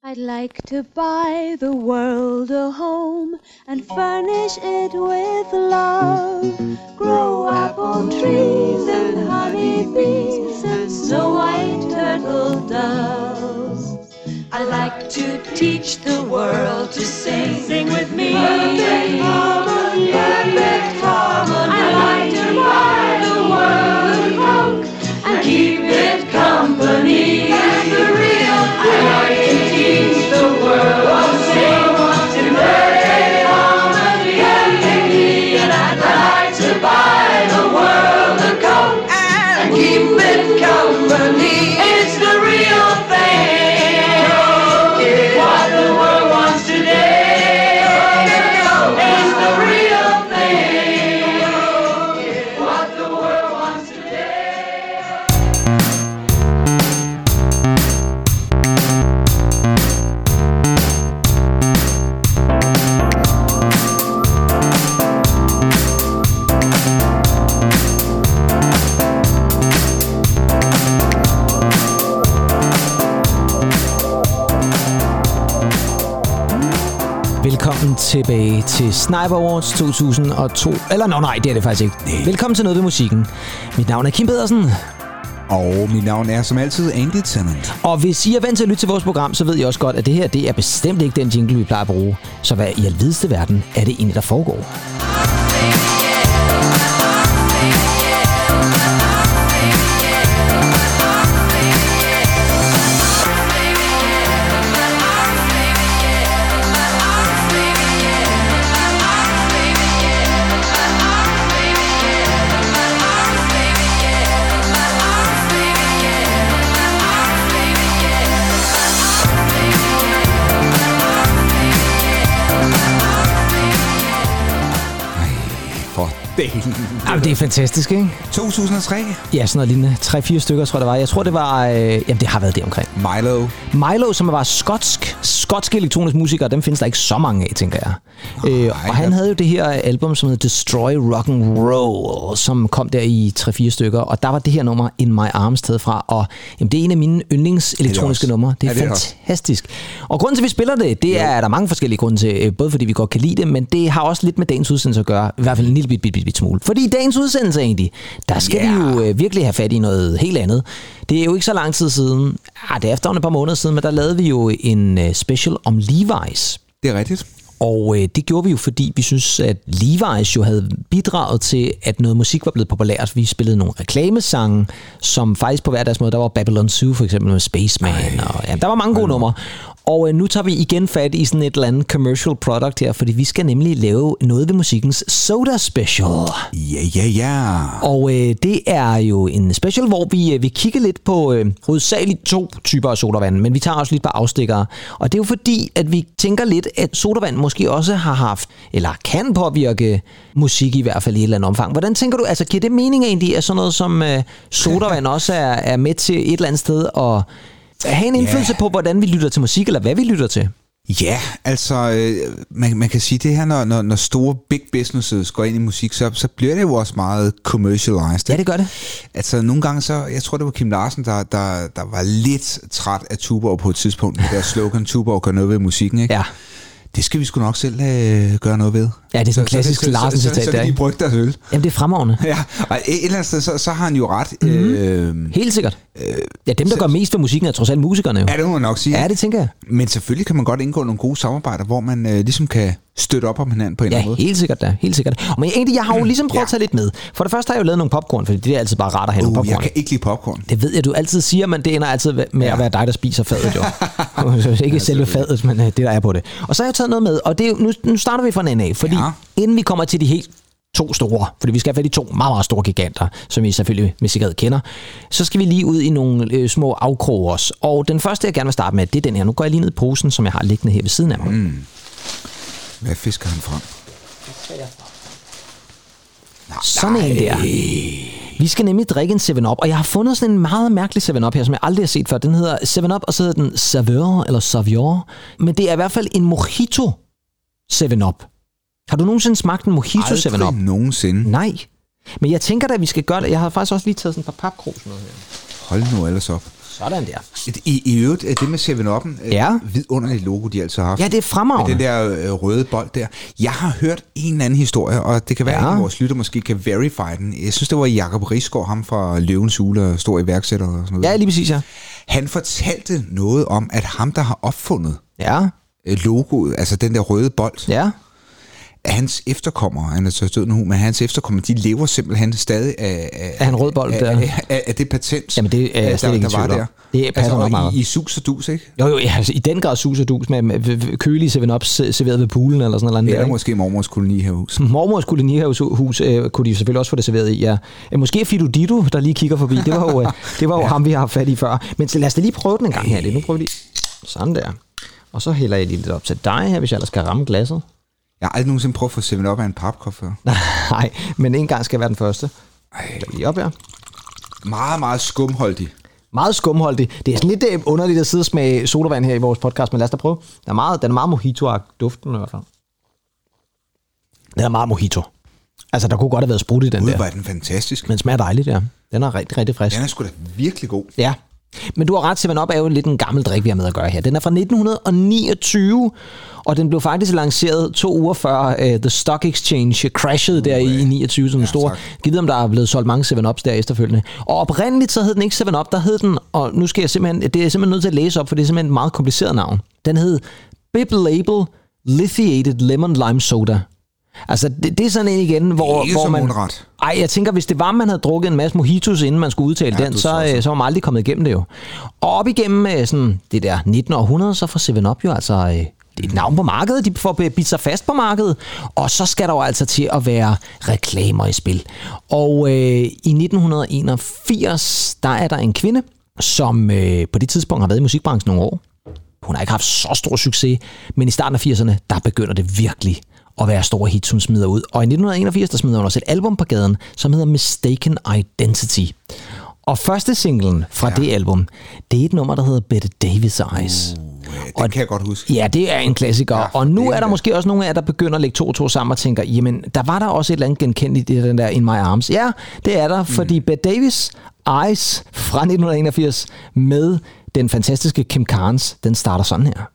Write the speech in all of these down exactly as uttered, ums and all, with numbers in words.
I'd like to buy the world a home and furnish it with love. Grow apple trees and honey bees and snow white turtle doves. I'd like to teach the world to sing. Sing with me. Perfect harmony. Perfect harmony. I'd like to buy the world a coke and keep it company. That's the real thing. I'd like to teach the world to sing. In perfect harmony. Perfectly. And I'd like to buy the world a coke and keep it company. It's the real thing. What the world wants today is the real thing. What the world wants today. Velkommen tilbage til Sniper Awards to tusind og to. Eller no, nej, det er det faktisk ikke. Nej. Velkommen til Noget ved musikken. Mit navn er Kim Pedersen. Og mit navn er som altid Andy Tennant. Og hvis I er vant til at lytte til vores program, så ved I også godt, at det her det er bestemt ikke den jingle, vi plejer at bruge. Så hvad i alvideste verden er det egentlig, der foregår? Jamen, det er fantastisk, ikke? to tusind og tre? Ja, sådan noget lignende. tre-fire stykker, tror jeg, det var. Jeg tror, det var... Øh, jamen, det har været det omkring. Milo. Milo, som var skotsk, skotsk elektronisk musiker, dem findes der ikke så mange af, tænker jeg. Oh, øh, og han havde jo det her album, som hedder Destroy Rock and Roll, som kom der i tre-fire stykker, og der var det her nummer In My Arms taget fra, og jamen, det er en af mine yndlings elektroniske numre. Det er, ja, det er fantastisk. Også. Og grunden til, at vi spiller det, det er, er der mange forskellige grunde til, både fordi vi godt kan lide det, men det har også lidt med dagens udsendelse at gøre, i hvert fald en lille bit, bit, bit, bit smule. Fordi dagens udsendelse egentlig, der skal yeah. vi jo øh, virkelig have fat i noget helt andet. Det er jo ikke så lang tid siden, ah, det er efterhånden et par måneder siden, men der lavede vi jo en uh, special om Levi's. Det er rigtigt. Og øh, det gjorde vi jo, fordi vi synes, at Levi's jo havde bidraget til, at noget musik var blevet populært. Vi spillede nogle reklamesange, som faktisk på hver deres måde, der var Babylon Zoo for eksempel med Spaceman, Ej. og ja, der var mange gode numre. Og øh, nu tager vi igen fat i sådan et eller andet commercial product her, fordi vi skal nemlig lave noget ved musikkens Soda Special. Ja, ja, ja. Og øh, det er jo en special, hvor vi, øh, vi kigger lidt på øh, hovedsageligt to typer af sodavand, men vi tager også lidt på afstikkere. Og det er jo fordi, at vi tænker lidt, at sodavand måske også har haft, eller kan påvirke musik i hvert fald i et eller andet omfang. Hvordan tænker du, altså giver det mening egentlig, at sådan noget som øh, sodavand også er, er med til et eller andet sted at have en indflydelse yeah. på, hvordan vi lytter til musik, eller hvad vi lytter til? Ja, altså, øh, man, man kan sige det her, når, når, når store big businesses går ind i musik, så, så bliver det jo også meget commercialized. Ja, det gør det. Altså, nogle gange så, jeg tror, det var Kim Larsen, der, der, der var lidt træt af Tuborg på et tidspunkt, med der slogan, Tuborg gør noget ved musikken, ikke? Ja. Det skal vi sgu nok selv øh, gøre noget ved. Ja, det er sådan en klassisk Larsen-citat. Så, så, så, så kan de brygge deres øl. Jamen, det er fremragende. Ja, og et eller andet sted, så, så har han jo ret. Mm-hmm. Øh, Helt sikkert. Øh, ja, dem, der så, gør mest for musikken, er trods alt musikerne jo. Ja, det må man nok sige. Ja, det tænker jeg. Men selvfølgelig kan man godt indgå nogle gode samarbejder, hvor man øh, ligesom kan støtte op om hinanden på en ja, eller anden måde. Ja, helt sikkert da. Helt sikkert. Men egentlig, jeg har jo ligesom prøvet ja. at tage lidt med. For det første har jeg jo lavet nogle popcorn, fordi det er altid bare rart at have uh, nogle popcorn. Jeg kan ikke lide popcorn. Det ved jeg, du altid siger, men det ender altid med ja. at være dig, der spiser fadet jo. Ikke ja, selve fadet, men det der er på det. Og så har jeg taget noget med, og det er, nu, nu starter vi fra en ende af, fordi ja. inden vi kommer til de helt to store, fordi vi skal have fat i to meget, meget store giganter, som I selvfølgelig med sikkerhed kender, så skal vi lige ud i nogle øh, små afkroge også. Og den første, jeg gerne vil starte med, det er den her. Nu går jeg lige ned i posen, som jeg har liggende her ved siden af mig. Mm. Hvad fisker han frem? Sådan en der. Vi skal nemlig drikke en seven up, og jeg har fundet sådan en meget mærkelig seven up her, som jeg aldrig har set før. Den hedder seven up, og så hedder den Saveur, eller Savior. Men det er i hvert fald en mojito seven up. Har du nogensinde smagt en mojito seven up? Aldrig nogensinde. Nej. Men jeg tænker da, at vi skal gøre det. Jeg har faktisk også lige taget sådan et par papkrus med her. Hold nu ellers op. Sådan der. I, i øvrigt, det med syv up'en, ja. vidunderligt logo, de altid har haft. Ja, det er fremragende. Med den der øh, røde bold der. Jeg har hørt en eller anden historie, og det kan være, ja. at vores lytter måske kan verify den. Jeg synes, det var Jacob Risgaard, ham fra Løvens Hule, stor iværksætter og sådan noget. Ja, lige præcis, ja. Han fortalte noget om, at ham, der har opfundet ja. logoet, altså den der røde bold, ja. hans efterkommere, han er så død nu, men hans efterkommere, de lever simpelthen stadig af, af, af en rød bold af, der. Af, af, af det patent, jamen det er slet ikke der var der. Det passer altså, nok meget. I, i sus og dus, ikke? Jo, jo, ja, altså, i den grad sus og dus med, med kølige seven ups serveret ved poolen eller sådan noget. Eller der, måske mormors kolonihavehus. Mormors kolonihavehus øh, kunne de selvfølgelig også få det serveret i, ja. Måske Fido Dido, der lige kigger forbi. Det var jo, øh, det var jo ja. ham, vi har haft fat i før. Men så lad os da lige prøve den en gang her. Nu prøver vi lige. Sådan der. Og så hælder jeg lige lidt op til dig her, hvis jeg ellers skal ramme glasset. Jeg har aldrig nogensinde prøvet at få seven up af en papkop før. Nej, men en gang skal være den første. Ej. Lige op her. Meget, meget skumholdig. Meget skumholdig. Det er sådan lidt underligt at sidde og smage sodavand her i vores podcast, men lad os da prøve. Den er meget, den er meget mojito-agtig, duften i hvert fald. Den er meget mojito. Altså, der kunne godt have været sprut i den Ude, der. var den fantastisk. Men den smager dejligt, ja. Den er rigtig, rigtig frisk. Den er sgu da virkelig god. Ja. Men du har ret, seven up er jo lidt en gammel drik, vi har med at gøre her. Den er fra nitten niogtyve, og den blev faktisk lanceret to uger før uh, The Stock Exchange crashede uh, der i niogtyve som en ja, stor. Givet om der er blevet solgt mange seven ups der efterfølgende. Og oprindeligt så hed den ikke seven up, der hed den, og nu skal jeg simpelthen, det er jeg simpelthen nødt til at læse op, for det er simpelthen et meget kompliceret navn. Den hed Bib Label Lithiated Lemon Lime Soda. Altså, det, det er sådan en igen, hvor, ikke hvor man... Mundret. Ej, jeg tænker, hvis det var, man havde drukket en masse mojitos, inden man skulle udtale ja, den, så, så. så var man aldrig kommet igennem det jo. Og op igennem sådan, det der nitten århundrede, så får seven up jo altså øh, et navn på markedet. De får bidt sig fast på markedet. Og så skal der jo altså til at være reklamer i spil. Og øh, i nitten enogfirs, der er der en kvinde, som øh, på det tidspunkt har været i musikbranchen nogle år. Hun har ikke haft så stor succes, men i starten af firserne, der begynder det virkelig at være store hits, hun smider ud. Og i nitten enogfirs, der smider hun også et album på gaden, som hedder Mistaken Identity. Og første singlen fra ja. det album, det er et nummer, der hedder Bette Davis Eyes. Uh, det og, kan jeg godt huske. Ja, det er en klassiker. Ja, og nu er der måske også nogle af jer, der begynder at lægge to og to sammen og tænker, jamen, der var der også et eller andet genkendeligt i den der In My Arms. Ja, det er der, mm. fordi Bette Davis Eyes fra nitten enogfirs med den fantastiske Kim Carnes, den starter sådan her.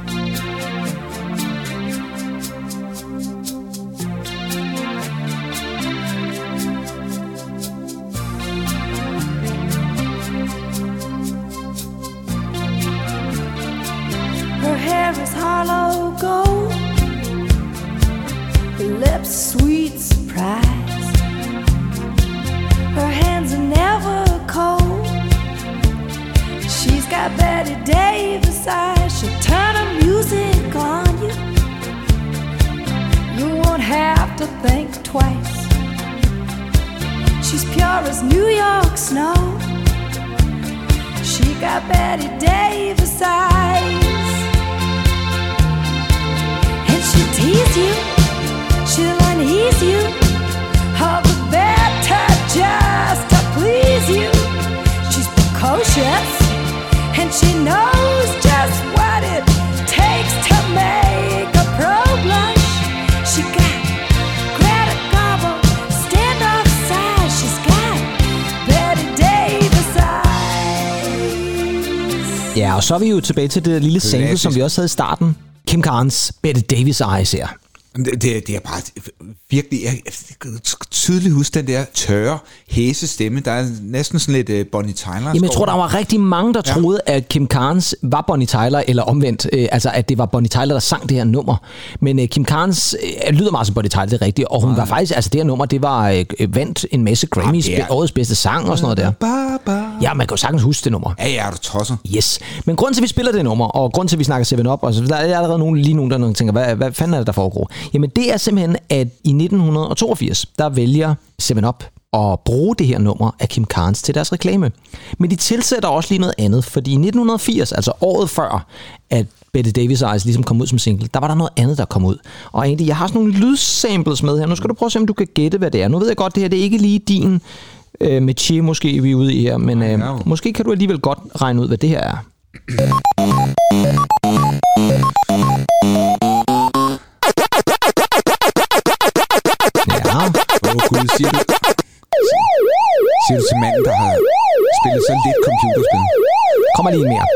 Harlow gold, her lips sweet surprise, her hands are never cold, she's got Bette Davis eyes, she'll turn her music on you, you won't have to think twice, she's pure as New York snow, she got Bette Davis eyes. She'll tease you, she'll unease you, all the better just to please you. She's precocious, and she knows just what it takes to make a pro blush. She got Greta Garbo, stand off side, she's got Bette Davis eyes. Ja, og så er vi jo tilbage til det lille sample, som vi også havde i starten. Kim Carnes, Bette Davis Eyes her. Det, det, det er bare virkelig, jeg tydeligt huske den der tørre, hæse stemme. Der er næsten sådan lidt uh, Bonnie Tyler. Jamen, jeg tror, der var rigtig mange, der ja. troede, at Kim Carnes var Bonnie Tyler, eller omvendt. Øh, altså, at det var Bonnie Tyler, der sang det her nummer. Men uh, Kim Carnes øh, lyder meget som Bonnie Tyler, det er rigtigt. Og hun ja. var faktisk, altså det her nummer, det var øh, vandt en masse Grammys, ja, årets bedste sang og sådan noget der. Ja, man kan jo sagtens huske det nummer. Ja, ja, du tosser. Yes. Men grunden til, at vi spiller det nummer, og grunden til, at vi snakker seven up, og så, der er allerede nogen, lige nogen, der tænker, hvad, hvad fanden er det, der foregår? Jamen, det er simpelthen, at i nitten toogfirs, der vælger seven up at bruge det her nummer af Kim Carnes til deres reklame. Men de tilsætter også lige noget andet, fordi i nitten firs, altså året før, at Bette Davis Eyes ligesom kom ud som single, der var der noget andet, der kom ud. Og egentlig, jeg har sådan nogle lydsamples med her. Nu skal du prøve at se, om du kan gætte, hvad det er. Nu ved jeg godt, det her det er ikke lige din øh, métier, måske vi er ude i her, men øh, ja. måske kan du alligevel godt regne ud, hvad det her er. Ja. Åh oh, gud, siger du, siger du til manden, der har spillet så lidt computerspil? Kommer lige mere.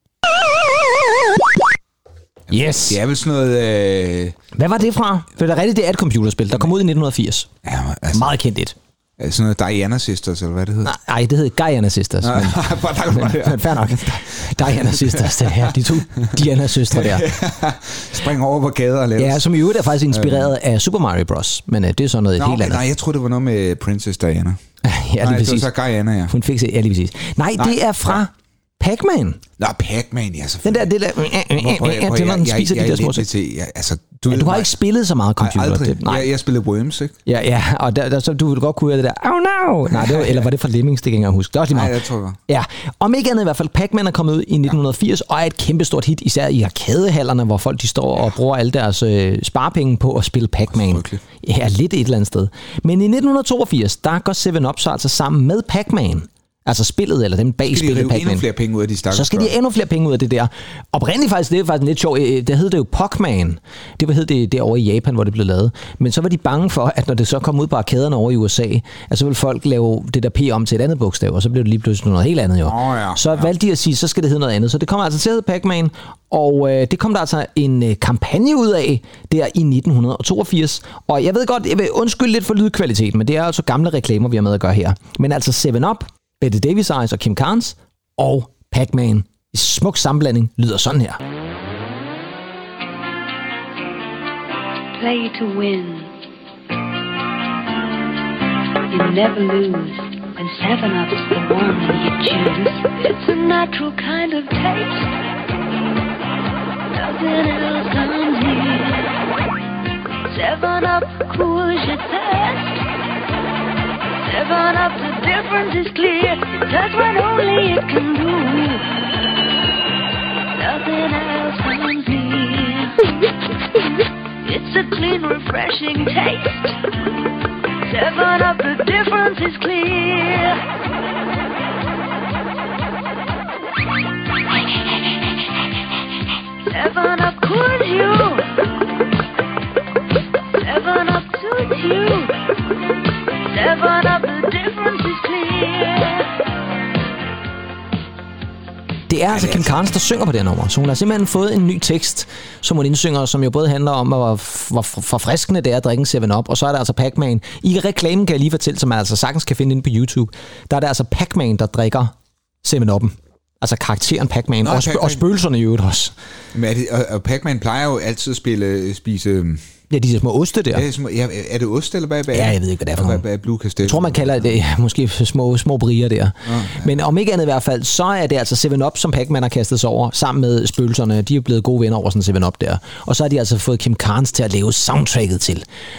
Yes. Det er vel sådan noget... Øh... Hvad var det fra? For det er rigtigt, det er et computerspil, der kom ud i nitten firs. Ja, altså, meget kendt et. Sådan noget Diana Sisters, eller hvad det hedder? Nej, det hedder Guyana Sisters. Nej, men, men, men fair nok. Diana Sisters, det her. De to Diana-søstre der. Springer over på gader og laver. Ja, som i øvrigt er faktisk inspireret af Super Mario Bros. Men uh, det er sådan noget Nå, helt andet. Nej, jeg troede, det var noget med Princess Diana. ja, lige nej, præcis. det var så Guyana, ja. Hun fik sig, ja, lige præcis. Nej, nej, det er fra... Ja. Pac-Man. Nå, Pac-Man, ja, selvfølgelig. Den der, det der, det når den spiser de der små ting. Ja, altså, du, ja, du har ikke spillet så meget computer. Nej, aldrig. Nej. Jeg, jeg spillede Worms, ikke? Ja, ja, og der, der, så du ville godt kunne høre det der, oh no! Nej, det var, eller var det fra Lemmings, det kan jeg ikke huske. Det er også lige meget. Nej, det tror jeg. Ja, om ikke andet i hvert fald, Pac-Man er kommet ud i nitten firs, og er et kæmpestort hit, især i arkadehallerne, hvor folk de står og bruger alle deres øh, sparepenge på at spille Pac-Man. Ja, lidt et eller andet sted. Men i nitten toogfirs, der går seven up så altså sammen med Pac-Man. Altså spillet, eller dem bag spillet Pac-Man. Endnu flere penge ud af de stakkels. Så skal de endnu flere penge ud af det der. Oprindeligt faktisk, det er faktisk lidt sjovt. Det hed det jo Pac-Man. Det hed det derovre i Japan, hvor det blev lavet. Men så var de bange for, at når det så kom ud på arkaderne over i U S A, at så ville folk lave det der P om til et andet bogstav, og så blev det lige pludselig noget helt andet jo. Oh, ja, så ja. valgte de at sige, så skal det hedde noget andet. Så det kommer altså til at hedde Pac-Man, og øh, det kom der altså en øh, kampagne ud af der i nitten toogfirs. Og jeg ved godt, jeg vil undskylde lidt for lydkvaliteten, men det er altså gamle reklamer, vi har med at gøre her. Men altså seven up, Bette Davis Eyes og Kim Carnes og Pac-Man i smuk sammenblanding lyder sådan her. Play to win. You never lose when seven up's the one you choose. It's a natural kind of taste. Nothing else comes here. seven up cools your thirst. Seven up, the difference is clear. It does what only it can do. Nothing else comes near. It's a clean, refreshing taste. Seven up, the difference is clear. Seven up cools you. Seven up suits you. Seven up, the difference is clear. Det er altså Kim Carnes, der synger på det nummer. Så hun har simpelthen fået en ny tekst, som hun indsynger, som jo både handler om, hvor forfriskende det er at drikke en seven up, og så er der altså Pac-Man. I reklamen kan jeg lige fortælle, som man altså sagtens kan finde inde på YouTube, der er der altså Pac-Man, der drikker seven up'en. Altså karakteren Pac-Man, Nå, og, sp- Pac-Man. og spøgelserne i øvrigt også. Men er det, og, og Pac-Man plejer jo altid at spille, spise... Ja, de små oste der. Ja, små, ja, er det ost eller hvad? Ja, jeg ved ikke, hvad det er for noget. Hvad er Blue Castell? Jeg tror, man kalder det ja, måske små, små brier der. Oh, ja. Men om ikke andet i hvert fald, så er det altså seven up, som Pac-Man har kastet sig over, sammen med spøgelserne. De er blevet gode venner over sådan seven up der. Og så har de altså fået Kim Carnes til at lave soundtracket til.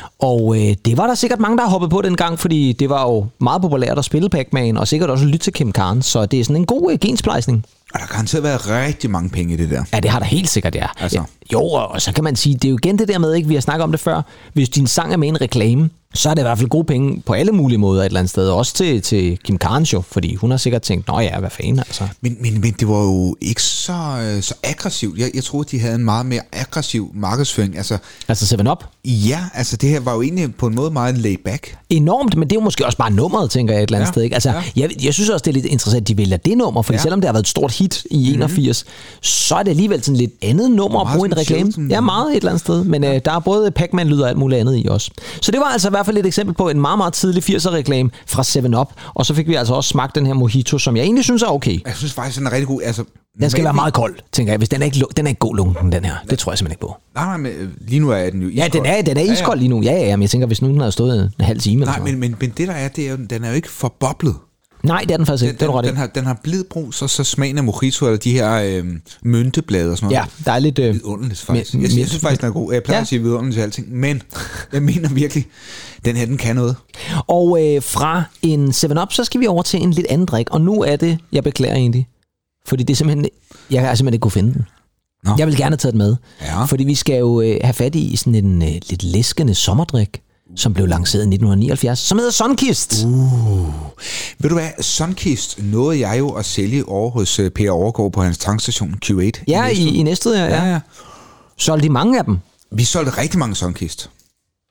Og øh, det var der sikkert mange, der har hoppet på dengang, fordi det var jo meget populært at spille Pac-Man, og sikkert også at lytte til Kim Carnes. Så det er sådan en god øh, gensplejsning. Og der kan altid være rigtig mange penge i det der. Ja, det har der helt sikkert, ja. Altså. Ja. Jo, og så kan man sige, det er jo igen det der med, ikke, vi har snakket om det før, hvis din sang er med en reklame, så er det i hvert fald gode penge på alle mulige måder et eller andet sted. Også til, til Kim Carnes jo, fordi hun har sikkert tænkt, nå ja, hvad fanden altså. Men, men, men det var jo ikke så, så aggressivt. Jeg, jeg troede, de havde en meget mere aggressiv markedsføring. Altså, altså seven up? Ja, altså det her var jo egentlig på en måde meget laid back. Enormt, men det er jo måske også bare nummeret, tænker jeg et eller andet ja, sted. Ikke? Altså, ja. jeg, jeg synes også, det er lidt interessant, at de vælger det nummer, fordi ja. selvom det har været et stort hit i mm-hmm. enogfirs, så er det alligevel sådan lidt andet nummer at bruge en reklame. Ja, meget et eller andet sted, men ja. øh, der er både Pac-Man-lyd og alt muligt andet i også. Så det var altså i hvert fald et eksempel på en meget, meget tidlig firser-reklame fra seven up, og så fik vi altså også smagt den her mojito, som jeg egentlig synes er okay. Jeg synes faktisk, den er rigtig god. Altså, den skal være meget kold, tænker jeg. Hvis den er ikke, den er ikke god lunken, den her. Det tror jeg simpelthen ikke på. Nej, nej, men lige nu er den jo iskold. Ja, den er, den er iskold ja, ja. lige nu. Ja, ja, ja, men jeg tænker, hvis nu den havde stået en halv time. Nej, men, men, men det der er, det er jo, den er jo ikke forboblet. Nej, det er den faktisk ikke. Den, den, den, har, den har blidbrus, og så smagen af mojito, eller de her øh, mynteblade og sådan noget. Ja, der er lidt... Øh, vidunderligt faktisk. Jeg, jeg, jeg synes faktisk, den er god. Jeg plejer ja. at sige vidunderligt til alting, men jeg mener virkelig, den her, den kan noget. Og øh, fra en seven up, så skal vi over til en lidt anden drik, og nu er det, jeg beklager egentlig, fordi det er simpelthen, jeg har simpelthen ikke kunne finde den. Nå. Jeg vil gerne have taget den med, ja. fordi vi skal jo øh, have fat i sådan en øh, lidt læskende sommerdrik, som blev lanceret i nitten nioghalvfjerds, som hedder Sunkist. Uh. Ved du hvad, Sunkist nåede jeg jo at sælge over hos Per Overgaard på hans tankstation Q otte. Ja, i, i Næstved, ja. ja. ja, ja. Solgte de mange af dem? Vi solgte rigtig mange Sunkist.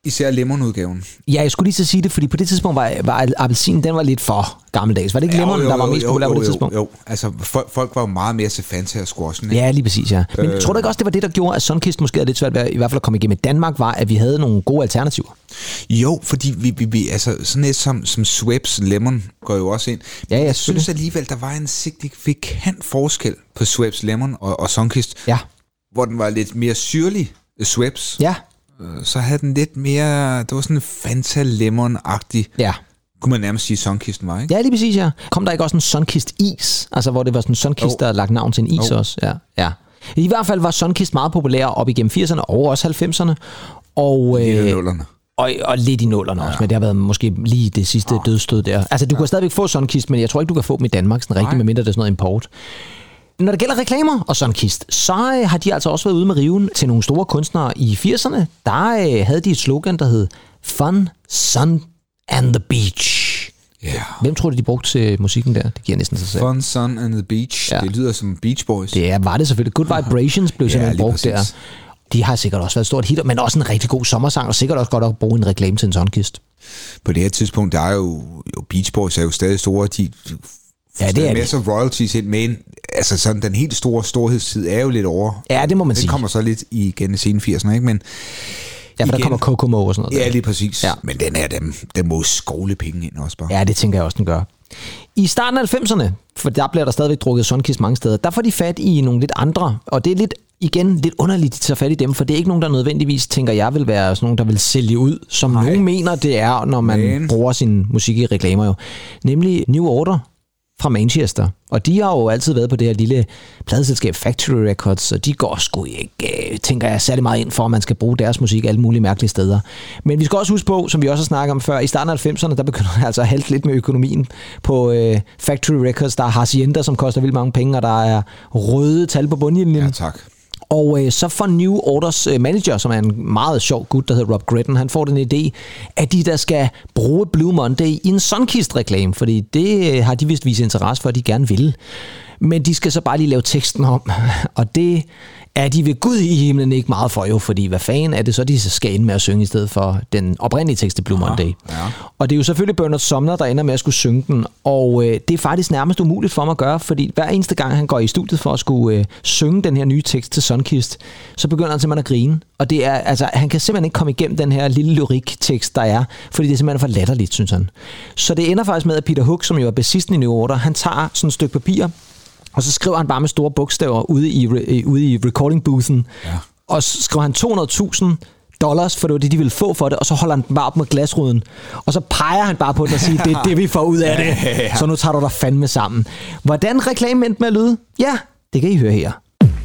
Især lemonudgaven. Ja, jeg skulle lige så sige det, fordi på det tidspunkt var, var appelsinen, den var lidt for gammeldags. Var det ikke lemonen, der var mest populær på det tidspunkt? Jo, jo, altså folk, folk var jo meget mere til Fanta og squashen. Ja, lige præcis, ja. Men øh, tror du ikke også, det var det, der gjorde, at Sunkist måske havde lidt svært ved, i hvert fald at komme igennem i Danmark, var, at vi havde nogle gode alternativer? Jo, fordi vi, vi, vi altså sådan et som, som Schweppes Lemon går jo også ind. Ja, ja, jeg synes alligevel, der var en signifikant forskel på Schweppes Lemon og, og Sunkist. Ja. Hvor den var lidt mere syrlig, Schweppes. Ja. Så havde den lidt mere, det var sådan en Fanta Lemon-agtig, ja. kunne man nærmest sige, Sunkisten var, ikke? Ja, lige præcis, ja. Kom der ikke også en Sunkist-is? Altså, hvor det var sådan en Sunkist, oh. der lagt navn til en is oh. også? Ja, ja. I hvert fald var Sunkist meget populær op igennem firserne og også halvfemserne. Og, øh, nullerne. Og, og lidt i nullerne ja. også, men det har været måske lige det sidste oh. dødstød der. Altså, du ja. kan stadigvæk få Sunkist, men jeg tror ikke, du kan få dem i Danmark sådan rigtigt, medmindre det er sådan noget import. Når det gælder reklamer og Sunkist, så har de altså også været ude med riven til nogle store kunstnere i firserne. Der havde de et slogan, der hed Fun, Sun and the Beach. Yeah. Hvem tror du, de brugte til musikken der? Det giver næsten sig selv. Fun, Sun and the Beach. Ja. Det lyder som Beach Boys. Det er, var det selvfølgelig. Good Vibrations blev simpelthen ja, brugt præcis. Der. De har sikkert også været et stort hit, men også en rigtig god sommersang, og sikkert også godt at bruge en reklame til en Sunkist. På det her tidspunkt, der er jo, jo Beach Boys er jo stadig store. De ja, det er med så royalties ind, men altså sådan, den helt store storhedstid er jo lidt over. Ja, det må man den sige. Den kommer så lidt igen i sene firserne, ikke? Men ja, for igen, der kommer Kokomo og sådan noget. Ja, lige præcis. Ja. Men den er dem, den må skovle penge ind også bare. Ja, det tænker jeg også, den gør. I starten af halvfemserne, for der bliver der stadigvæk drukket Sunkist mange steder, der får de fat i nogle lidt andre, og det er lidt, igen, lidt underligt, at de tager fat i dem, for det er ikke nogen, der nødvendigvis, tænker jeg, vil være sådan nogen, der vil sælge ud, som Nej. nogen mener, det er, når man Men. bruger sin musik i reklamer jo. Nemlig New Order fra Manchester. Og de har jo altid været på det her lille pladeselskab Factory Records, og de går sgu ikke, tænker jeg, særlig meget ind for, at man skal bruge deres musik alle mulige mærkelige steder. Men vi skal også huske på, som vi også har snakket om før, i starten af halvfemserne, der begynder det altså at halte lidt med økonomien på øh, Factory Records. Der er Hacienda, som koster vildt mange penge, og der er røde tal på bundlinjen. Ja, tak. Og øh, så får New Orders øh, manager, som er en meget sjov gut, der hedder Rob Gretton, han får den idé, at de der skal bruge Blue Monday i en Sunkist-reklame, fordi det øh, har de vist vist interesse for, at de gerne vil. Men de skal så bare lige lave teksten om, og det er de ved Gud i himlen ikke meget for jo, fordi hvad fanden er det så, de skal ende med at synge i stedet for den oprindelige tekst til Blue Monday. Ja, ja. Og det er jo selvfølgelig Bernard Sumner, der ender med at skulle synge den, og øh, det er faktisk nærmest umuligt for ham at gøre, fordi hver eneste gang, han går i studiet for at skulle øh, synge den her nye tekst til Sunkist, så begynder han simpelthen at grine. Og det er, altså, han kan simpelthen ikke komme igennem den her lille lyrik-tekst, der er, fordi det er simpelthen for latterligt, synes han. Så det ender faktisk med, at Peter Hook, som jo er bassisten i New Order, han tager sådan et stykke papir, og så skriver han bare med store bogstaver ude i, ude i recording-boothen. Ja. Og så skriver han to hundrede tusind dollars, for det var det, de ville få for det. Og så holder han den bare op med glasruden. Og så peger han bare på den og siger, det er det, vi får ud af det. Ja, ja, ja. Så nu tager du dig fandme sammen. Hvordan reklamen endte med at lyde? Ja, det kan I høre her.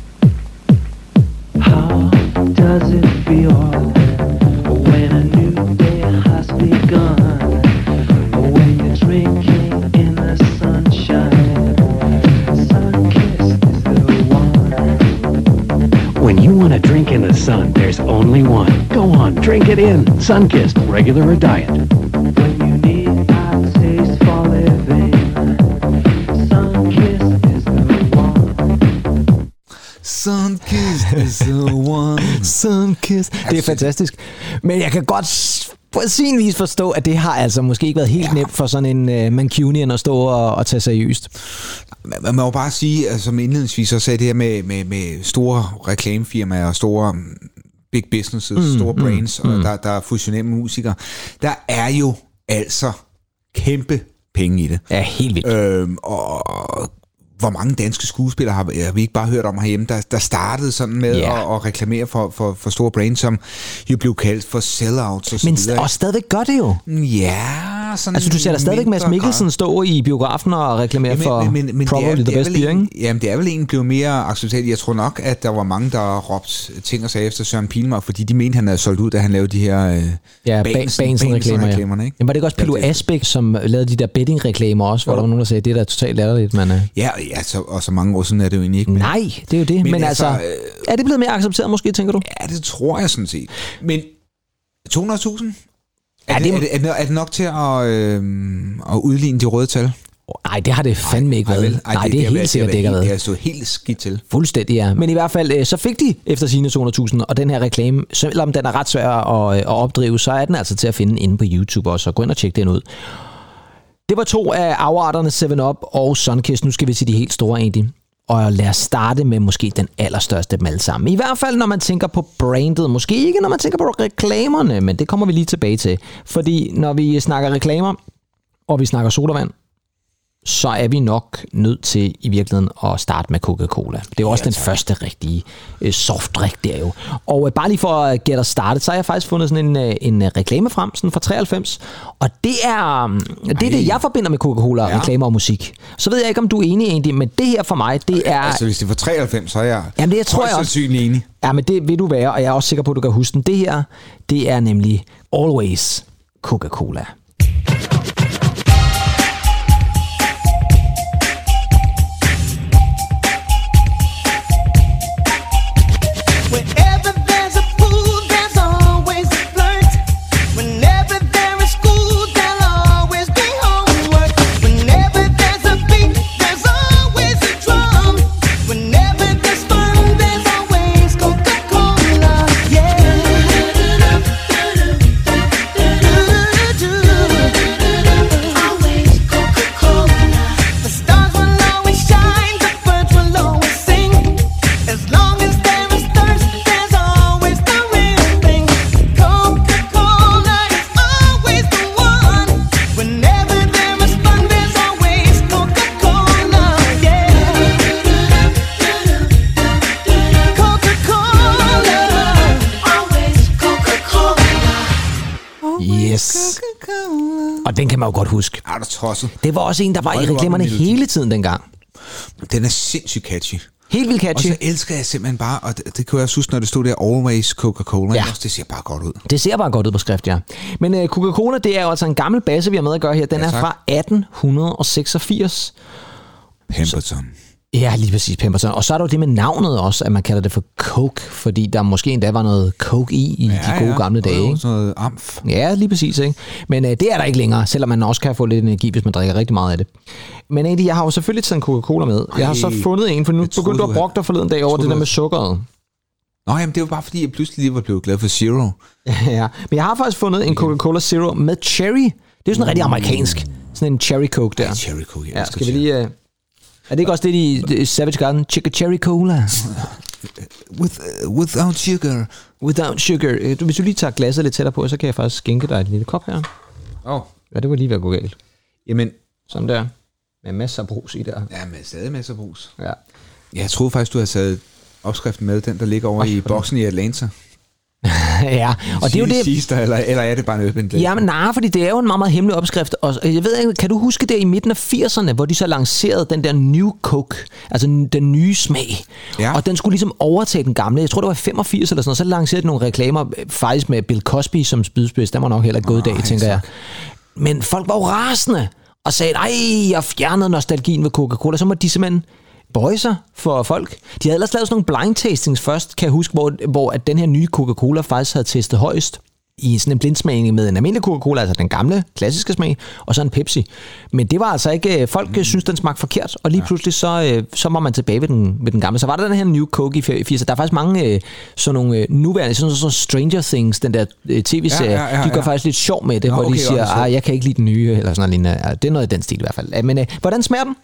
How does it feel when a new day has begun? When you're drinking in the sunshine? When you want a drink in the sun, there's only one. Go on, drink it in. Sunkist, regular or diet. When you need a taste for living, Sunkist is the one. Sunkist is the one. Sunkist. Det er fantastisk. Men jeg kan godt på sin vis forstå, at det har altså måske ikke været helt ja. nemt for sådan en uh, Mancunian at stå og, og tage seriøst. Man må jo bare sige, altså, som indledningsvis så sagde det her med, med, med store reklamefirmaer og store big businesses, mm, store brands, mm, og der, der er fusionerer med musikere. Der er jo altså kæmpe penge i det. Ja, helt vildt. Øhm, og hvor mange danske skuespillere har, har vi ikke bare hørt om herhjemme, der, der startede sådan med yeah. at, at reklamere for, for, for store brands, som jo blev kaldt for sellouts og så Men videre. og stadigvæk gør det jo. Ja, sådan altså du ser da stadigvæk Mads Mikkelsen stå i biografen og reklamere ja, for men, men, men Probably the Best Beer, ikke? Jamen det er vel egentlig blevet mere accepteret. Jeg tror nok, at der var mange, der råbte ting og sagde efter Søren Pilmark, fordi de mente, han havde solgt ud, da han lavede de her øh, ja, Banesen-reklamer. Ja. Jamen var det ikke også Pilo ja, Asbæk, som lavede de der betting-reklamer også, hvor jo. der var nogen, der sagde, det er da totalt latterligt, men... Øh. Ja, ja så, og så mange år siden er det jo egentlig ikke. Men, Nej, det er jo det. Men, men altså, altså øh, er det blevet mere accepteret måske, tænker du? Ja, det tror jeg sådan set. Men to hundrede tusind? Er, ja, det, er, det, er, det, er det nok til at, øh, at udligne de røde tal? Nej, det har det fandme ikke været. Nej, nej, det, det er helt sikkert, det ikke har været. Det har stået helt skidt til. Fuldstændig, ja. Men i hvert fald, så fik de efter sine to hundrede tusind, og den her reklame, selvom den er ret svær at, at opdrive, så er den altså til at finde inde på YouTube også, så gå ind og tjek den ud. Det var to af afarterne, seven up og Sunkist. Nu skal vi til de helt store egentlig. Og lad os starte med måske den allerstørste af dem alle sammen. I hvert fald, når man tænker på brandet. Måske ikke, når man tænker på reklamerne, men det kommer vi lige tilbage til. Fordi når vi snakker reklamer, og vi snakker sodavand, så er vi nok nødt til i virkeligheden at starte med Coca-Cola. Det er jo også ja, den første rigtige øh, softdrik, det er jo. Og øh, bare lige for at get os startet, så har jeg faktisk fundet sådan en, øh, en reklame frem, sådan fra treoghalvfems. Og det er det, er det jeg forbinder med Coca-Cola, ja. Reklamer og musik. Så ved jeg ikke, om du er enig egentlig, men det her for mig, det er... Altså, hvis det er fra treoghalvfems, så er jeg jamen, det tror jeg også enig. Ja, men det vil du være, og jeg er også sikker på, at du kan huske den. Det her, det er nemlig Always Coca-Cola. Og den kan man jo godt huske. Er du tosset? Det var også en, der var i reklamerne hele tiden dengang. Den er sindssygt catchy. Helt vildt catchy. Og så elsker jeg simpelthen bare, og det, det kan jeg også huske, når det stod der, Always Coca-Cola. Ja. Det ser bare godt ud. Det ser bare godt ud på skrift, ja. Men uh, Coca-Cola, det er jo altså en gammel base, vi har med at gøre her. Den ja, er fra atten seksogfirs. Pemberton. Ja, lige præcis, Pemberton. Og så er der jo det med navnet også, at man kalder det for Coke, fordi der måske endda var noget Coke i, i ja, de gode ja. gamle dage. Ja, sådan noget amf. Ja, lige præcis, ikke? Men øh, det er der ikke længere, selvom man også kan få lidt energi, hvis man drikker rigtig meget af det. Men egentlig, jeg har jo selvfølgelig taget en Coca-Cola med. Ej, jeg har så fundet en, for nu begyndte du at brokke dig forleden dag over det der med sukkeret. Nå, jamen det var bare fordi, jeg pludselig lige var blevet glad for Zero. Ja, men jeg har faktisk fundet en Coca-Cola Zero med cherry. Det er jo sådan rigtig amerikansk. Sådan en cherry coke der. Ej, cherry coke, ja. Skal vi lige... Uh... Er det ikke også det, de Savage Garden? Chicken cherry cola. With, uh, without sugar. Without sugar. Hvis du lige tager glasset lidt tættere på, så kan jeg faktisk skænke dig et lille kop her. Åh. Oh. Ja, det var lige ved at gå galt. Jamen. Sådan der. Med masser af brus i der. Ja, med stadig masser af brus. Ja. Jeg troede faktisk, du havde taget opskriften med, den der ligger over i boksen i Atlanta. Ja, og det er jo det... Sister, eller, eller er det bare noget med ja, men nej, fordi det er jo en meget, meget hemmelig opskrift. Og jeg ved ikke, kan du huske det i midten af firserne, hvor de så lancerede den der New Coke, altså den nye smag. Ja. Og den skulle ligesom overtage den gamle. Jeg tror, det var femogfirs eller sådan noget. Så lancerede de nogle reklamer, faktisk med Bill Cosby som spydspids. Den var nok heller gået i dag, tænker jeg. Men folk var jo rasende og sagde, ej, jeg fjernede nostalgien ved Coca-Cola. Så må de simpelthen bøje sig for folk. De havde ellers lavet sådan nogle blind tastings først, kan jeg huske, hvor, hvor at den her nye Coca-Cola faktisk havde testet højst i sådan en blindsmagning med en almindelig Coca-Cola, altså den gamle, klassiske smag, og så en Pepsi. Men det var altså ikke... Folk mm. synes, den smagte forkert, og lige ja. pludselig så, så var man tilbage ved den, ved den gamle. Så var der den her New Coke i firserne. Der er faktisk mange sådan nogle nuværende, sådan noget Stranger Things, den der tv-serie, ja, ja, ja, ja. De gør faktisk lidt sjov med det, ja, hvor okay, de siger, ah, jeg kan ikke lide den nye, eller sådan noget. Det er noget i den stil i hvert fald. Men hvordan smager den?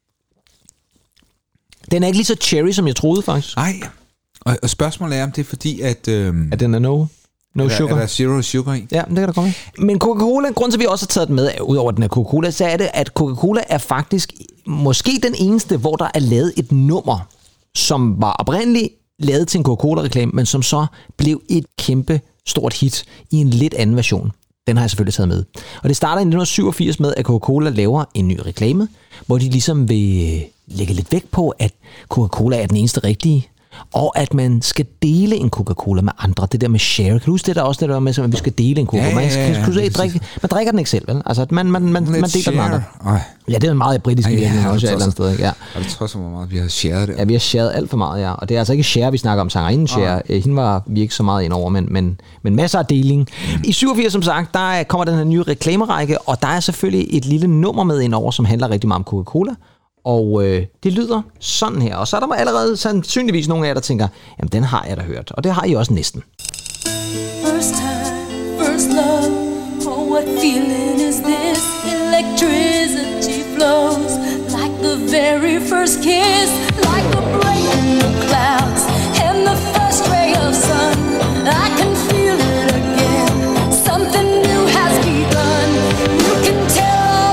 Den er ikke lige så cherry, som jeg troede, faktisk. Nej, og, og spørgsmålet er, om det er fordi, at... Øhm, at den er no, no er sugar? Er der zero sugar i? Ja, det kan der komme. Men Coca-Cola, grund til, at vi også har taget den med, ud over den her Coca-Cola, så er det, at Coca-Cola er faktisk måske den eneste, hvor der er lavet et nummer, som var oprindeligt lavet til en Coca-Cola-reklame, men som så blev et kæmpe stort hit i en lidt anden version. Den har jeg selvfølgelig taget med. Og det starter i nitten syvogfirs med, at Coca-Cola laver en ny reklame, hvor de ligesom vil lægge lidt vægt på, at Coca-Cola er den eneste rigtige. Og at man skal dele en Coca-Cola med andre. Det der med share. Kan du huske det der også, det der med, at vi skal dele en Coca-Cola? Ja, ja, ja, ja, man, man, drikke, man drikker den ikke selv, vel? Altså, man, man, man, man deler den andre. Ej. Ja, det er en meget britisk idé, ja, også et eller andet sted. Ja. Og det tror jeg, hvor meget vi har shared det. Ja, vi har shared alt for meget, ja. Og det er altså ikke share, vi snakker om sangerinden share. Ej. Hende var vi ikke så meget ind over, men, men, men masser af deling. Mm. I syvogfirs, som sagt, der kommer den her nye reklamerække, og der er selvfølgelig et lille nummer med ind over, som handler rigtig meget om Coca-Cola. Og øh, det lyder sådan her. Og så er der allerede sandsynligvis nogle af jer, der tænker, jamen den har jeg da hørt. Og det har I også næsten. First time, first love, oh what feeling is this? Electricity flows like the very first kiss, like a break in the clouds and the first ray of sun. I can feel it again, something new has begun. You can tell